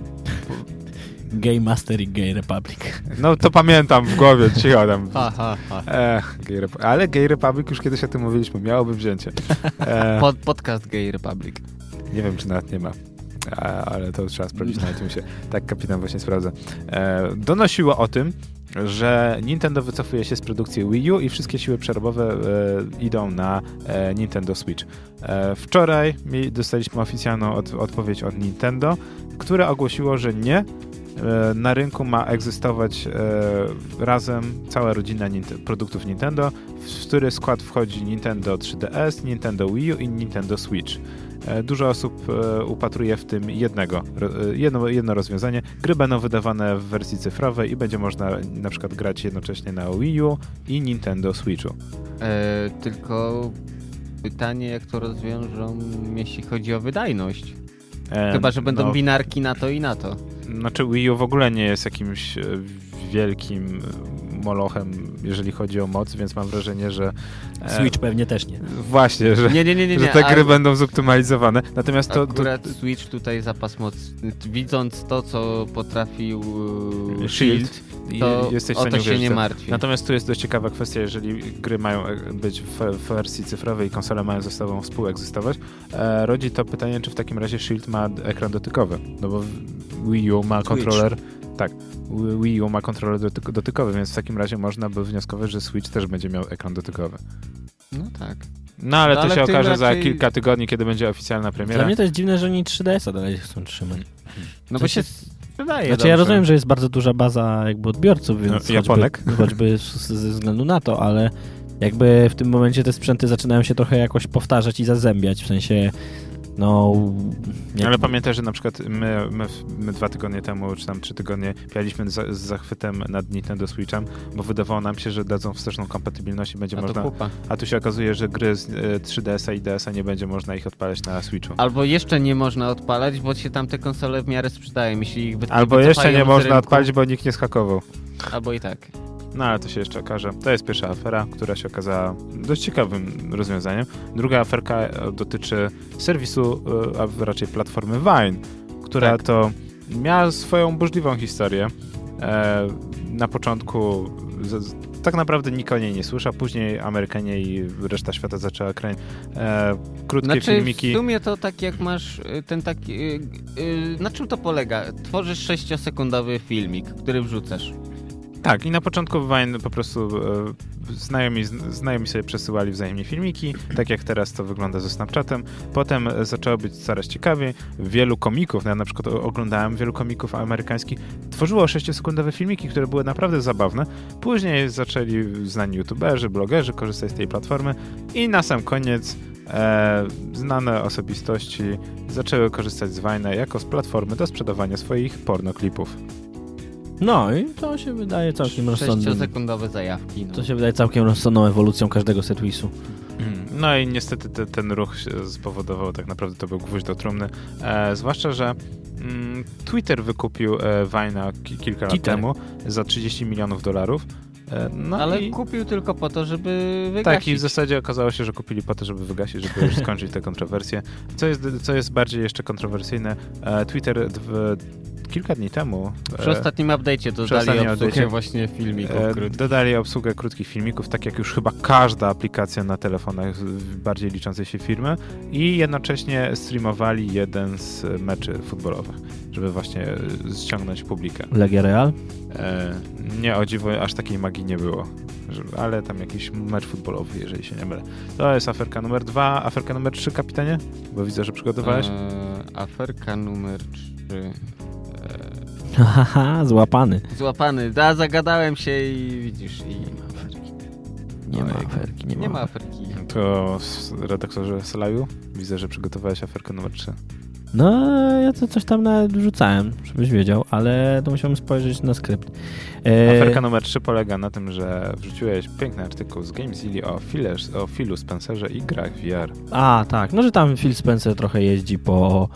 Game Master i Gay Republic. no to pamiętam w głowie, cicho tam. Ha, ha, ha. E, Gay Rep- ale Gay Republic już kiedyś o tym mówiliśmy, miałoby wzięcie. E, Pod, podcast Gay Republic. Nie wiem, czy nawet nie ma. A, ale to trzeba sprawdzić na iTunesie. Tak kapitan właśnie sprawdza. E, donosiło o tym, że Nintendo wycofuje się z produkcji Wii U i wszystkie siły przerobowe e, idą na e, Nintendo Switch. E, wczoraj mi, dostaliśmy oficjalną od, odpowiedź od Nintendo, które ogłosiło, że nie. E, na rynku ma egzystować e, razem cała rodzina Nint- produktów Nintendo, w który skład wchodzi Nintendo trzy D S, Nintendo Wii U i Nintendo Switch. Dużo osób upatruje w tym jednego, jedno, jedno rozwiązanie. Gry będą wydawane w wersji cyfrowej i będzie można na przykład grać jednocześnie na Wii U i Nintendo Switchu. E, tylko pytanie, jak to rozwiążą, jeśli chodzi o wydajność. E, Chyba, że będą no, binarki na to i na to. Znaczy Wii U w ogóle nie jest jakimś wielkim molochem, jeżeli chodzi o moc, więc mam wrażenie, że... E, Switch pewnie też nie. Właśnie, że, Nie, nie, nie, nie, że nie, te gry ale- będą zoptymalizowane. Natomiast to... Akurat to, Switch tutaj zapas mocy. Widząc to, co potrafił e, Shield, Shield, to jesteś w o stanie to się uwierzyć, nie to- martwi. Natomiast tu jest dość ciekawa kwestia, jeżeli gry mają być w, w wersji cyfrowej i konsole mają ze sobą współegzystować, e, rodzi to pytanie, czy w takim razie Shield ma ekran dotykowy. No bo Wii U ma kontroler... Tak, Wii U ma kontroler dotyk- dotykowy, więc w takim razie można by wnioskować, że Switch też będzie miał ekran dotykowy. No tak. No ale No, to ale się ty okaże za raczej- kilka tygodni, kiedy będzie oficjalna premiera. Dla mnie to jest dziwne, że oni trzy D S a dalej chcą trzymać. No To bo się- się wydaje Znaczy dobrze. ja rozumiem, że jest bardzo duża baza jakby odbiorców, więc No, choćby, Japonek. choćby z- ze względu na to, ale jakby w tym momencie te sprzęty zaczynają się trochę jakoś powtarzać i zazębiać, w sensie no... Jak... Ale pamiętaj, że na przykład my, my, my dwa tygodnie temu, czy tam trzy tygodnie pialiśmy za, z zachwytem nad Nintendo Switchem, bo wydawało nam się, że dadzą wsteczną kompatybilność i będzie A to można... pupa. A tu się okazuje, że gry z y, trzy D S a i D S a nie będzie można ich odpalać na Switchu. Albo jeszcze nie można odpalać, bo się tam te konsole w miarę sprzedają. Jeśli ich wy- Albo wycofają jeszcze nie z można rynku, odpalić, bo nikt nie schakował. Albo i tak. No ale to się jeszcze okaże. To jest pierwsza afera, która się okazała dość ciekawym rozwiązaniem. Druga aferka e, dotyczy serwisu, e, a raczej platformy Vine, która Tak. to miała swoją burzliwą historię. E, na początku z, z, tak naprawdę nikt o niej nie słyszał, później Amerykanie i reszta świata zaczęła kręcić e, krótkie Znaczy filmiki. w sumie to tak jak masz y, ten taki... y, y, na czym to polega? Tworzysz sześciosekundowy filmik, który wrzucasz. Tak, i na początku Vine po prostu e, znajomi, znajomi sobie przesyłali wzajemnie filmiki, tak jak teraz to wygląda ze Snapchatem. Potem e, zaczęło być coraz ciekawiej. Wielu komików, no ja na przykład o- oglądałem wielu komików amerykańskich, tworzyło sześciosekundowe filmiki, które były naprawdę zabawne. Później zaczęli znani youtuberzy, blogerzy korzystać z tej platformy i na sam koniec e, znane osobistości zaczęły korzystać z Vine'a jako z platformy do sprzedawania swoich pornoklipów. No i to się wydaje całkiem rozsądnym. Sześciosekundowe zajawki. No. To się wydaje całkiem rozsądną ewolucją każdego serwisu. No i niestety te, ten ruch się spowodował, tak naprawdę to był gwóźdź do trumny. E, zwłaszcza, że mm, Twitter wykupił e, Vine'a ki- kilka lat Twitter. temu za trzydzieści milionów dolarów. E, no Ale i, kupił tylko po to, żeby tak, wygasić. i w zasadzie okazało się, że kupili po to, żeby wygasić, żeby już skończyć te kontrowersje. Co jest, co jest bardziej jeszcze kontrowersyjne, e, Twitter w, kilka dni temu Przy ostatnim update'cie dodali ostatnim obsługę update'cie, właśnie filmików e, krótkich. dodali obsługę krótkich filmików, tak jak już chyba każda aplikacja na telefonach z- bardziej liczącej się firmy, i jednocześnie streamowali jeden z meczy futbolowych, żeby właśnie e, ściągnąć publikę. Legia Real? E, nie, o dziwo, aż takiej magii nie było. Że- Ale tam jakiś mecz futbolowy, jeżeli się nie mylę. To jest aferka numer dwa. Aferka numer trzy, kapitanie? Bo widzę, że przygotowałeś. Eee, aferka numer trzy. Haha, złapany. Złapany. Da, zagadałem się i widzisz. I... Nie ma Ojej, aferki, nie ma. Nie ma aferki. To s- redaktorze Salaju, widzę, że przygotowałeś aferkę numer trzy. No, ja to coś tam nawet wrzucałem, żebyś wiedział, ale to musiałem spojrzeć na skrypt. E... Aferka numer trzy polega na tym, że wrzuciłeś piękny artykuł z Gamezilli o, o Philu Spencerze i grach V R. A, tak, no że tam Phil Spencer trochę jeździ po,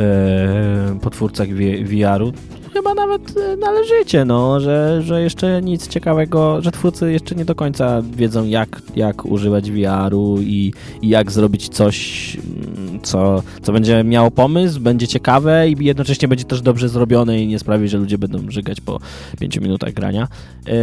e, po twórcach V R-u. Chyba nawet należycie, no, że, że jeszcze nic ciekawego, że twórcy jeszcze nie do końca wiedzą, jak, jak używać V R-u i, i jak zrobić coś, co, co będzie miało pomysł, będzie ciekawe i jednocześnie będzie też dobrze zrobione i nie sprawi, że ludzie będą żygać po pięciu minutach grania. Yy,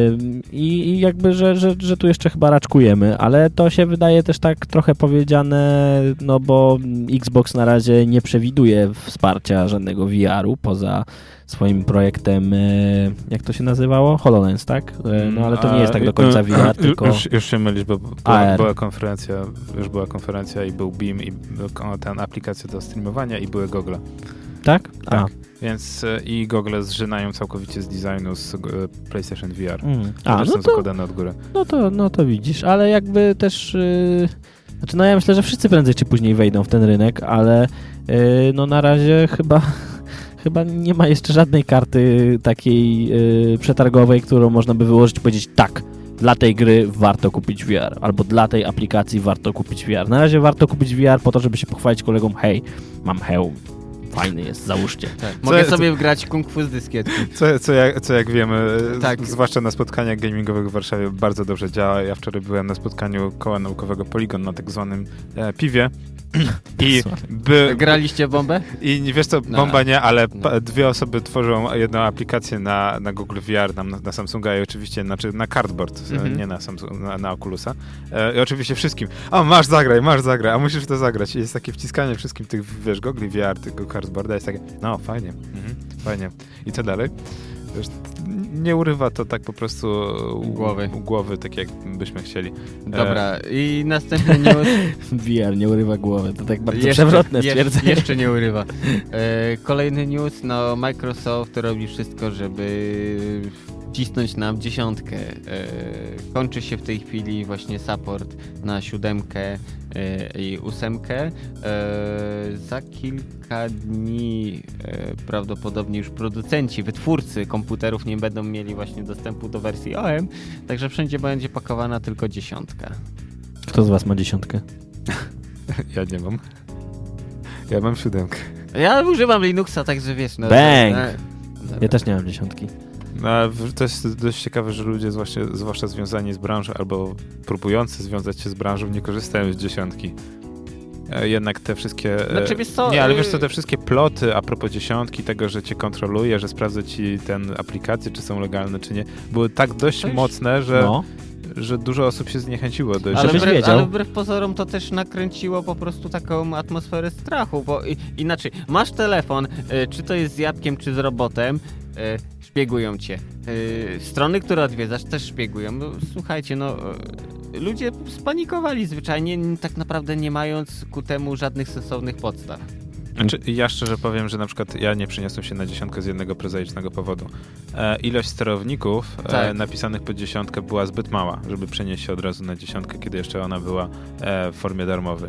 I, i jakby, że, że, że tu jeszcze chyba raczkujemy, ale to się wydaje też tak trochę powiedziane, no bo Xbox na razie nie przewiduje wsparcia żadnego V R-u poza swoim projektem, jak to się nazywało? HoloLens, tak? No ale to nie jest tak do końca V R, tylko... Już, już się mylisz, bo była, była konferencja, już była konferencja i był Beam i ten aplikacja do streamowania i były gogle. Tak? Tak. A. Więc i gogle zżynają całkowicie z designu z PlayStation V R. Mm. A, no są to, zakładane od góry. No to, no to widzisz, ale jakby też... Yy... Znaczy, no ja myślę, że wszyscy prędzej czy później wejdą w ten rynek, ale yy, no na razie chyba... Chyba nie ma jeszcze żadnej karty takiej yy, przetargowej, którą można by wyłożyć i powiedzieć tak, dla tej gry warto kupić V R, albo dla tej aplikacji warto kupić V R. Na razie warto kupić V R po to, żeby się pochwalić kolegom, hej, mam hełm, fajny jest, załóżcie. Tak. Mogę co, sobie co, grać kung fu z dyskietki. Co, co, jak, co jak wiemy, tak. zwłaszcza na spotkaniach gamingowych w Warszawie bardzo dobrze działa. Ja wczoraj byłem na spotkaniu koła naukowego Polygon na tak zwanym e, piwie. I by, graliście w bombę? I wiesz co, bomba nie, ale pa, dwie osoby tworzą jedną aplikację na, na Google V R, na, na Samsunga i oczywiście znaczy na Cardboard, mm-hmm. nie na, Samsung, na, na Oculusa. E, I oczywiście wszystkim, a masz zagraj, masz zagraj, a musisz to zagrać. I jest takie wciskanie wszystkim tych, wiesz, Google V R, tego Cardboarda, jest takie, no fajnie, mhm, fajnie. I co dalej? Wiesz, nie urywa to tak po prostu głowy, głowy tak jak byśmy chcieli. Dobra, e... i następny news. V R nie urywa głowy, to tak bardzo jeszcze, przewrotne jeszcze, stwierdzenie. Jeszcze nie urywa. E, kolejny news, no Microsoft robi wszystko, żeby wcisnąć nam dziesiątkę. E, kończy się w tej chwili właśnie support na siódemkę e, i ósemkę. E, za kilka dni e, prawdopodobnie już producenci, wytwórcy komputerów nie będą mieli właśnie dostępu do wersji O M, także wszędzie będzie pakowana tylko dziesiątka. Kto z was ma dziesiątkę? Ja nie mam. Ja mam siódemkę. Ja używam Linuxa, także wiesz... No, Bang! No, no, ja też nie mam dziesiątki. No, to jest dość ciekawe, że ludzie zwłaszcza, zwłaszcza związani z branżą albo próbujący związać się z branżą nie korzystają z dziesiątki. Jednak te wszystkie... Znaczy, wiesz co, nie, ale wiesz co, te wszystkie ploty a propos dziesiątki, tego, że cię kontroluje, że sprawdza ci ten aplikacje, czy są legalne, czy nie, były tak dość Coś? mocne, że... No. że dużo osób się zniechęciło do ale wbrew, ale wbrew pozorom to też nakręciło po prostu taką atmosferę strachu, bo i, inaczej, masz telefon, y, czy to jest z jabłkiem, czy z robotem, y, szpiegują cię. Y, strony, które odwiedzasz, też szpiegują. No, słuchajcie, no y, ludzie spanikowali zwyczajnie, tak naprawdę nie mając ku temu żadnych sensownych podstaw. Znaczy, ja szczerze powiem, że na przykład ja nie przeniosłem się na dziesiątkę z jednego prozaicznego powodu. E, ilość sterowników tak. e, napisanych pod dziesiątkę była zbyt mała, żeby przenieść się od razu na dziesiątkę, kiedy jeszcze ona była e, w formie darmowej.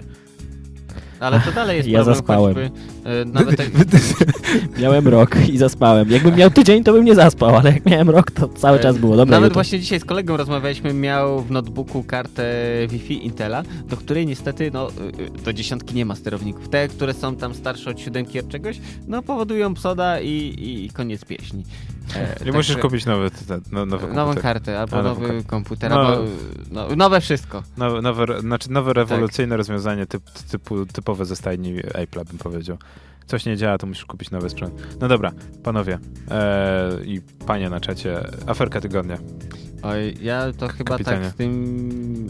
Ale to dalej jest ja problem, zaspałem. choćby, e, nawet tak... Miałem rok i zaspałem. Jakbym miał tydzień, to bym nie zaspał, ale jak miałem rok, to cały czas było. Dobra, nawet jutro. właśnie dzisiaj z kolegą rozmawialiśmy, miał w notebooku kartę Wi-Fi Intela, do której niestety no, do dziesiątki nie ma sterowników. Te, które są tam starsze od siódemki od czegoś, no powodują psoda i, i koniec pieśni. E, nie musisz kupić nowy, te, no, nowy komputer. Nową kartę, albo nowy kar- komputer, no, albo no, nowe wszystko. Nowe, nowe, znaczy nowe rewolucyjne tak. rozwiązanie typ, typu, typowe ze stajni Apple'a, bym powiedział. Coś nie działa, to musisz kupić nowy sprzęt. No dobra, panowie e, i panie na czacie, aferka tygodnia. Oj, ja to chyba Kapitanie. tak z tym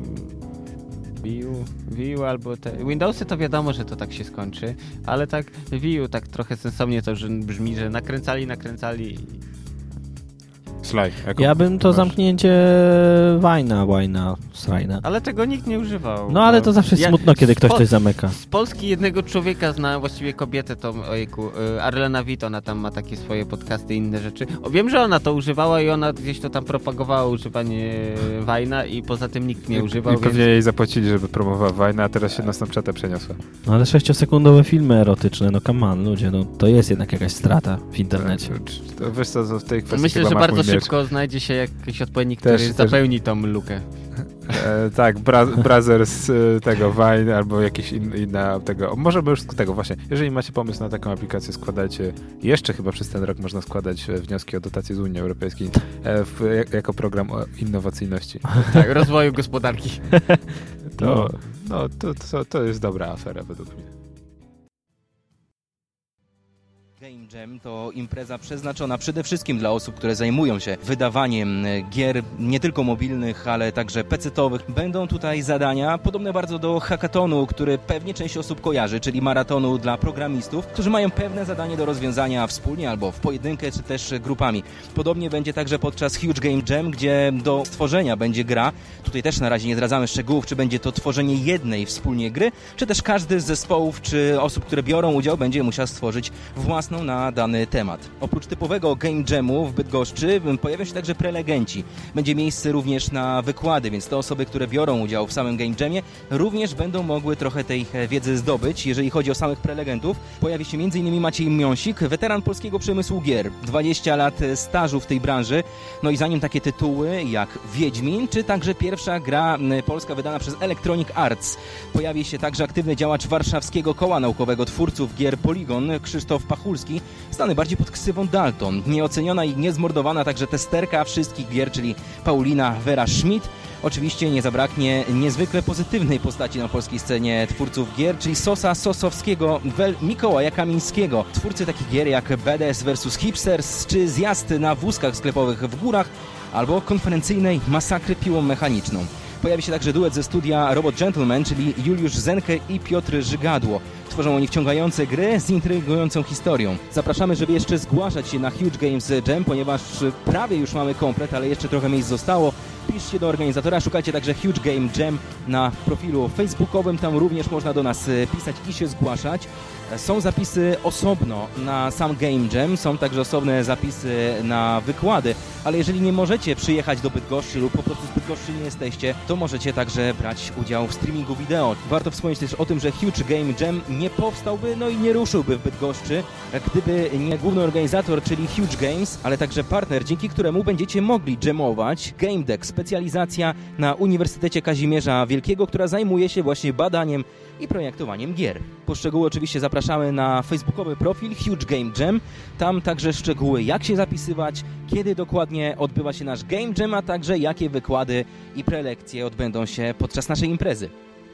Wii U, Wii U albo te Windowsy to wiadomo, że to tak się skończy, ale tak Wii U tak trochę sensownie to że brzmi, że nakręcali, nakręcali. Sly. Jako Ja bym to masz. zamknięcie Wajna, Wajna, Srajna. Ale tego nikt nie używał. No ale to zawsze Ja- smutno, kiedy ktoś Spo- coś zamyka. Z Polski jednego człowieka znałem, właściwie kobietę, to ojejku, y, Arlena Witt, ona tam ma takie swoje podcasty i inne rzeczy. O, wiem, że ona to używała i ona gdzieś to tam propagowała używanie Wajna i poza tym nikt nie używał, I pewnie więc... jej zapłacili, żeby promowała Wajna, a teraz się na Snapchata przeniosła. No ale sześciosekundowe filmy erotyczne, no come on, ludzie, no to jest jednak jakaś strata w internecie. To, to wiesz co, w tej kwestii Myślę, chyba że masz bardzo mój miecz. szybko znajdzie się jakiś odpowiednik, Też- który też- zapełni tą lukę. E, tak, bra, Brothers e, tego Vine albo jakieś in, inna tego. Może by już z tego właśnie. Jeżeli macie pomysł na taką aplikację, składajcie. Jeszcze chyba przez ten rok można składać e, wnioski o dotacje z Unii Europejskiej e, w, jak, jako program o innowacyjności. Tak, rozwoju gospodarki. To, no, to, to, to jest dobra afera według mnie. Game Jam to impreza przeznaczona przede wszystkim dla osób, które zajmują się wydawaniem gier nie tylko mobilnych, ale także pecetowych. Będą tutaj zadania podobne bardzo do hackathonu, który pewnie część osób kojarzy, czyli maratonu dla programistów, którzy mają pewne zadanie do rozwiązania wspólnie albo w pojedynkę, czy też grupami. Podobnie będzie także podczas Huge Game Jam, gdzie do stworzenia będzie gra. Tutaj też na razie nie zdradzamy szczegółów, czy będzie to tworzenie jednej wspólnie gry, czy też każdy z zespołów, czy osób, które biorą udział, będzie musiał stworzyć własną na dany temat. Oprócz typowego Game Jamu w Bydgoszczy pojawią się także prelegenci. Będzie miejsce również na wykłady, więc te osoby, które biorą udział w samym Game Jamie, również będą mogły trochę tej wiedzy zdobyć. Jeżeli chodzi o samych prelegentów, pojawi się między innymi Maciej Miąsik, weteran polskiego przemysłu gier, dwadzieścia lat stażu w tej branży. No i zanim takie tytuły jak Wiedźmin, czy także pierwsza gra polska wydana przez Electronic Arts, pojawi się także aktywny działacz warszawskiego koła naukowego twórców gier Polygon, Krzysztof Pachulski, znany bardziej pod ksywą Dalton. Nieoceniona i niezmordowana także testerka wszystkich gier, czyli Paulina Vera Schmidt. Oczywiście nie zabraknie niezwykle pozytywnej postaci na polskiej scenie twórców gier, czyli Sosa Sosowskiego, Wel Mikołaja Kamińskiego. Twórcy takich gier jak B D S versus. Hipsters, czy Zjazd na wózkach sklepowych w górach, albo konferencyjnej Masakry piłą mechaniczną. Pojawi się także duet ze studia Robot Gentleman, czyli Juliusz Zenke i Piotr Żygadło. Tworzą oni wciągające gry z intrygującą historią. Zapraszamy, żeby jeszcze zgłaszać się na Huge Games Jam, ponieważ prawie już mamy komplet, ale jeszcze trochę miejsc zostało. Piszcie do organizatora, szukajcie także Huge Game Jam na profilu facebookowym, tam również można do nas pisać i się zgłaszać. Są zapisy osobno na sam Game Jam, są także osobne zapisy na wykłady, ale jeżeli nie możecie przyjechać do Bydgoszczy lub po prostu z Bydgoszczy nie jesteście, to możecie także brać udział w streamingu wideo. Warto wspomnieć też o tym, że Huge Game Jam nie powstałby, no i nie ruszyłby w Bydgoszczy, gdyby nie główny organizator, czyli Huge Games, ale także partner, dzięki któremu będziecie mogli jamować, Game Deck, specjalizacja na Uniwersytecie Kazimierza Wielkiego, która zajmuje się właśnie badaniem i projektowaniem gier. Po szczegóły oczywiście zapraszamy na facebookowy profil Huge Game Jam. Tam także szczegóły, jak się zapisywać, kiedy dokładnie odbywa się nasz Game Jam, a także jakie wykłady i prelekcje odbędą się podczas naszej imprezy.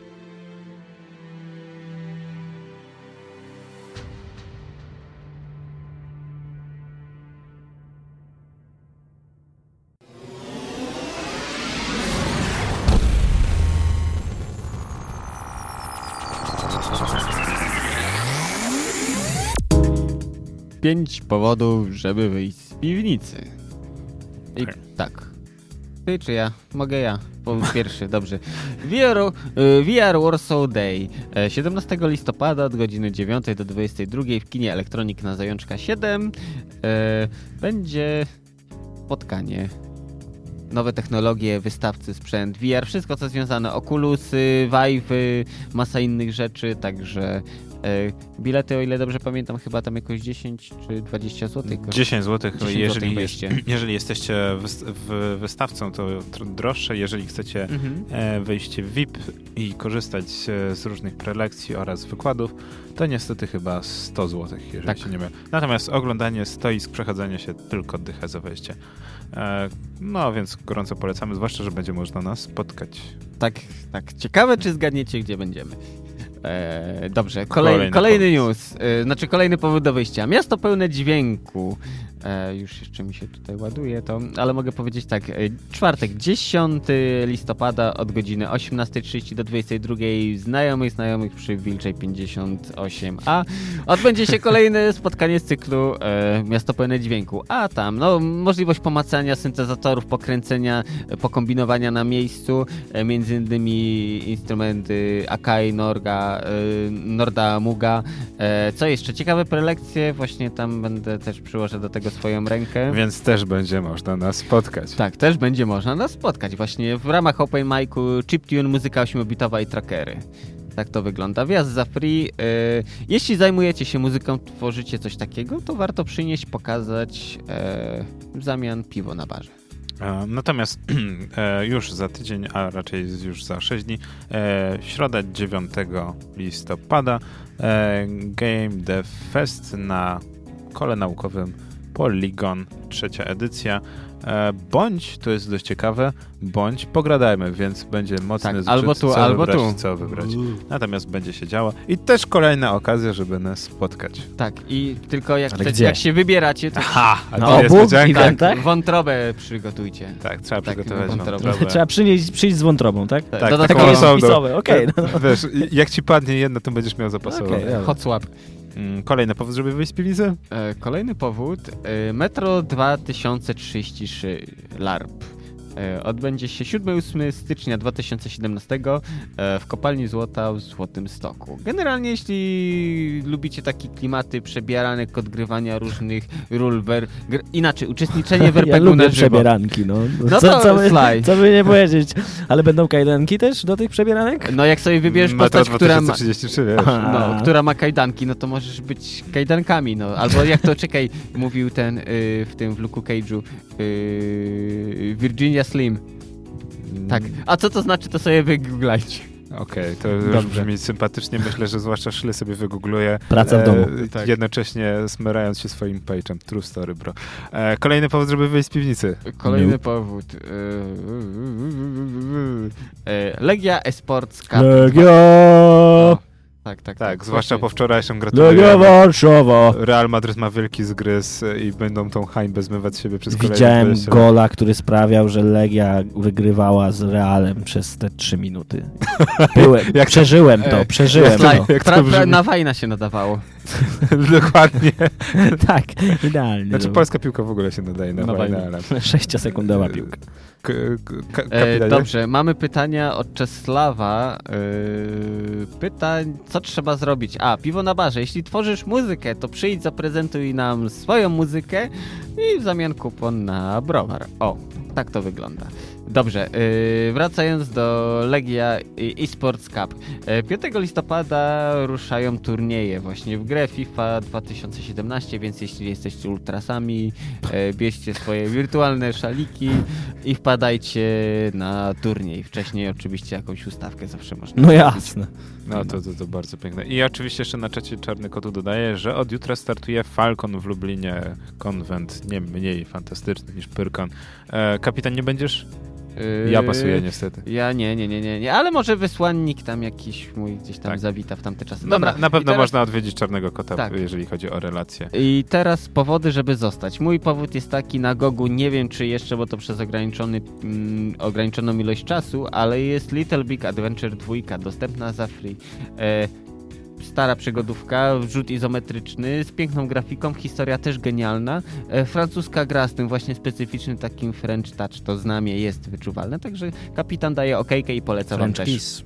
Pięć powodów, żeby wyjść z piwnicy. I Okay. tak. Ty czy ja? Mogę ja. Powód pierwszy, dobrze. V R, V R Warsaw Day. siedemnastego listopada od godziny dziewiątej do dwudziestej drugiej w kinie Elektronik na Zajączka siedem będzie spotkanie. Nowe technologie, wystawcy, sprzęt, V R, wszystko co związane, Oculusy, Vive'y, masa innych rzeczy, także e, bilety, o ile dobrze pamiętam, chyba tam jakoś dziesięć czy dwadzieścia złotych. dziesięć złotych, jeżeli, jest, wejście. jeżeli jesteście wyst- w wystawcą, to tr- droższe. Jeżeli chcecie Mhm. e, wejście V I P i korzystać e, z różnych prelekcji oraz wykładów, to niestety chyba sto złotych, jeżeli Tak. się nie mylę. Natomiast oglądanie stoisk, przechodzenie się tylko dycha za wejście. E, no więc gorąco polecamy, zwłaszcza, że będzie można nas spotkać. Tak, tak. Ciekawe, czy zgadniecie, gdzie będziemy. E, dobrze, kolej, Kolejny kolejny powód. news, e, znaczy kolejny powód do wyjścia. Miasto pełne dźwięku. E, już jeszcze mi się tutaj ładuje to, ale mogę powiedzieć tak, e, czwartek, dziesiątego listopada od godziny osiemnasta trzydzieści do dwudziestej drugiej znajomych znajomych przy Wilczej pięćdziesiąt osiem A odbędzie się kolejne spotkanie z cyklu e, Miasto pełne dźwięku, a tam no, możliwość pomacania syntezatorów, pokręcenia, pokombinowania na miejscu, e, między innymi instrumenty Akai, Norga, e, Norda, Muga. E, co jeszcze? Ciekawe prelekcje, właśnie tam będę też przyłożę do tego swoją rękę. Więc też będzie można nas spotkać. Tak, też będzie można nas spotkać właśnie w ramach Open Micu, chiptune, muzyka ośmiobitowa i trackery. Tak to wygląda. Wjazd za free. Yy, jeśli zajmujecie się muzyką, tworzycie coś takiego, to warto przynieść, pokazać yy, w zamian piwo na barze. E, natomiast e, już za tydzień, a raczej już za sześć dni, e, środa dziewiątego listopada e, Game Dev Fest na kole naukowym Polygon, trzecia edycja. E, bądź, to jest dość ciekawe, bądź pogradajmy, więc będzie mocny tak, zgrzyt, albo tu, co albo wybrać, tu. co wybrać. Natomiast będzie się działo i też kolejna okazja, żeby nas spotkać. Tak, i tylko jak, Ale chcecie, gdzie? jak się wybieracie, to Aha, a Na to obu niespodzianka. eventach? tak, wątrobę przygotujcie. Tak, trzeba Tak, przygotować wątrobę. wątrobę. Trzeba przynieść, przyjść z wątrobą, tak? Tak, Tak, dodatkowo taką jest osobną. spisowe, okej. no. Wiesz, jak ci padnie jedna, to będziesz miał zapasową. Okej, dobra. hot swap. Mm, Kolejny powód, żeby wyjść z piwnicy? E, kolejny powód, e, Metro dwa tysiące trzydzieści trzy LARP. E, odbędzie się siódmego ósmego stycznia dwa tysiące siedemnastego e, w Kopalni Złota w Złotym Stoku. Generalnie jeśli lubicie takie klimaty przebieраnek, odgrywania różnych ról, wer... gr... inaczej, uczestniczenie w er pe Ja gu na lubię żywo. przebieranki, no. No co, to co, by, slaj. co by nie powiedzieć. Ale będą kajdanki też do tych przebieranek? No jak sobie wybierzesz Metro postać, która ma, dwa tysiące trzydzieści trzy, wiesz. Aha. no, która ma kajdanki, no to możesz być kajdankami, no. Albo jak to, czekaj, mówił ten y, w tym w Luke'u Cage'u y, Virginia Slim. Tak. A co to znaczy, to sobie wygooglajcie. Okej, to już Dobrze. brzmi sympatycznie. Myślę, że zwłaszcza Szyle sobie wygoogluje. Praca w domu. Tak. Jednocześnie smyrając się swoim page'em. True story, bro. E, kolejny powód, żeby wyjść z piwnicy. Kolejny No. powód. y, y, Legia Esports Cup. Legia! O, tak, tak, Tak, tak. zwłaszcza po Właśnie. wczorajszym Legia gratuluję. Warszawa! Real Madryt ma wielki zgryz i będą tą hańbę zmywać z siebie przez kolejne Widziałem dwadzieścia lat. gola, który sprawiał, że Legia wygrywała z Realem przez te trzy minuty. Byłem, Jak to- przeżyłem to, Ej, przeżyłem Slaj, to. Jak to pra, pra, brzmi? na Wajna się nadawało. Dokładnie. Tak, idealnie. Znaczy to polska piłka w ogóle się nadaje na Na wojnę, wojnę. ale... Sześciosekundowa piłka. K- k- ka- E, kapitanie? dobrze, mamy pytania od Czesława. Yy, pytań, co trzeba zrobić? A, piwo na barze. Jeśli tworzysz muzykę, to przyjdź, zaprezentuj nam swoją muzykę i w zamian kupon na browar. O, tak to wygląda. Dobrze, yy, wracając do Legia eSports Cup. Yy, piątego listopada ruszają turnieje właśnie w grę FIFA dwa tysiące siedemnaście, więc jeśli jesteście ultrasami, yy, bierzcie swoje wirtualne szaliki i wpadajcie na turniej. Wcześniej oczywiście jakąś ustawkę zawsze można No zrobić. jasne. No to, to, to bardzo piękne. I oczywiście jeszcze na czacie Czarny Kotu dodaje, że od jutra startuje Falcon w Lublinie. Konwent nie mniej fantastyczny niż Pyrkon. E, kapitan, nie będziesz? Yy, Ja pasuję niestety. Ja nie, nie, nie, nie, nie, ale może wysłannik tam jakiś mój gdzieś tam Tak. zawita w tamte czasy. No, Dobra, na, na pewno i teraz, można odwiedzić Czarnego Kota, Tak. jeżeli chodzi o relacje. I teraz powody, żeby zostać. Mój powód jest taki na Gogu, nie wiem czy jeszcze, bo to przez ograniczony, mm, ograniczoną ilość czasu, ale jest Little Big Adventure dwa dostępna za free. E, Stara przygodówka, rzut izometryczny, z piękną grafiką, historia też genialna. E, francuska gra z tym właśnie specyficznym takim French touch, to znamie jest wyczuwalne, także kapitan daje okejkę i poleca wam French też. kiss.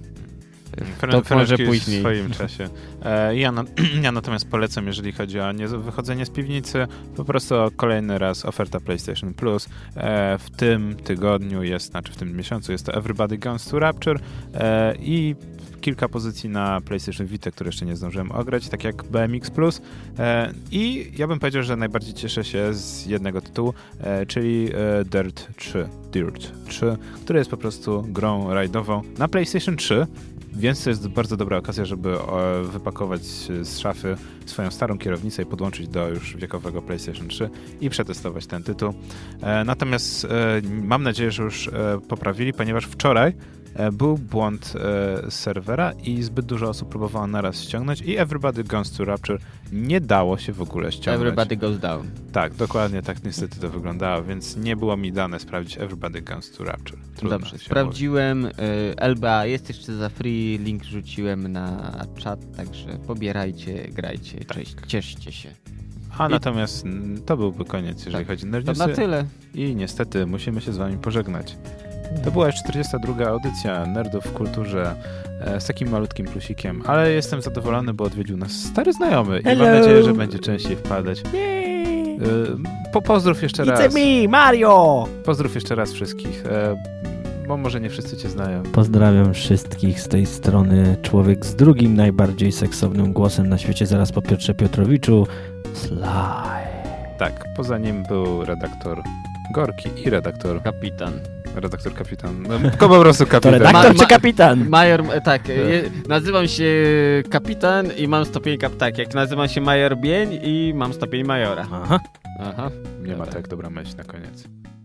To może Fręczki później. w swoim czasie. E, ja, na, ja natomiast polecam, jeżeli chodzi o nie, wychodzenie z piwnicy, po prostu kolejny raz oferta PlayStation Plus. E, w tym tygodniu jest, znaczy w tym miesiącu jest to Everybody Guns to Rapture e, i kilka pozycji na PlayStation Vita, które jeszcze nie zdążyłem ograć, tak jak B M X Plus. E, I ja bym powiedział, że najbardziej cieszę się z jednego tytułu, e, czyli e, Dirt trzy. Dirt trzy, który jest po prostu grą rajdową na PlayStation trzy. Więc to jest bardzo dobra okazja, żeby e, wypakować z szafy swoją starą kierownicę i podłączyć do już wiekowego PlayStation trzy i przetestować ten tytuł. E, natomiast e, mam nadzieję, że już e, poprawili, ponieważ wczoraj e, był błąd e, serwera i zbyt dużo osób próbowało naraz ściągnąć i Everybody Goes to Rapture nie dało się w ogóle ściągnąć. Everybody goes down. Tak, dokładnie tak niestety to wyglądało, więc nie było mi dane sprawdzić Everybody Goes to Rapture. Trudno. Dobrze, sprawdziłem. Y, L B A jest jeszcze za free, link rzuciłem na czat, także pobierajcie, grajcie, Tak. cześć, cieszcie się. A I- natomiast mm, to byłby koniec, jeżeli Tak, chodzi o To Nerdnewsy. na tyle. I niestety musimy się z wami pożegnać. To była już czterdziesta druga audycja Nerdów w Kulturze e, z takim malutkim plusikiem, ale jestem zadowolony, bo odwiedził nas stary znajomy i Hello. mam nadzieję, że będzie częściej wpadać. E, po, pozdrów jeszcze raz. It's me, Mario! Pozdrów jeszcze raz wszystkich, e, bo może nie wszyscy cię znają. Pozdrawiam wszystkich z tej strony. Człowiek z drugim najbardziej seksownym głosem na świecie, zaraz po Piotrze Piotrowiczu. Sly. Tak, poza nim był redaktor Gorki i redaktor, Kapitan. redaktor kapitan. No, tylko po prostu To kapitan. redaktor Ma- czy ma- kapitan? Major, e, tak, e, nazywam się kapitan i mam stopień kap, tak, jak nazywam się major Bień i mam stopień majora. Aha. Aha. Nie ma Dobra. tak dobra myśl na koniec.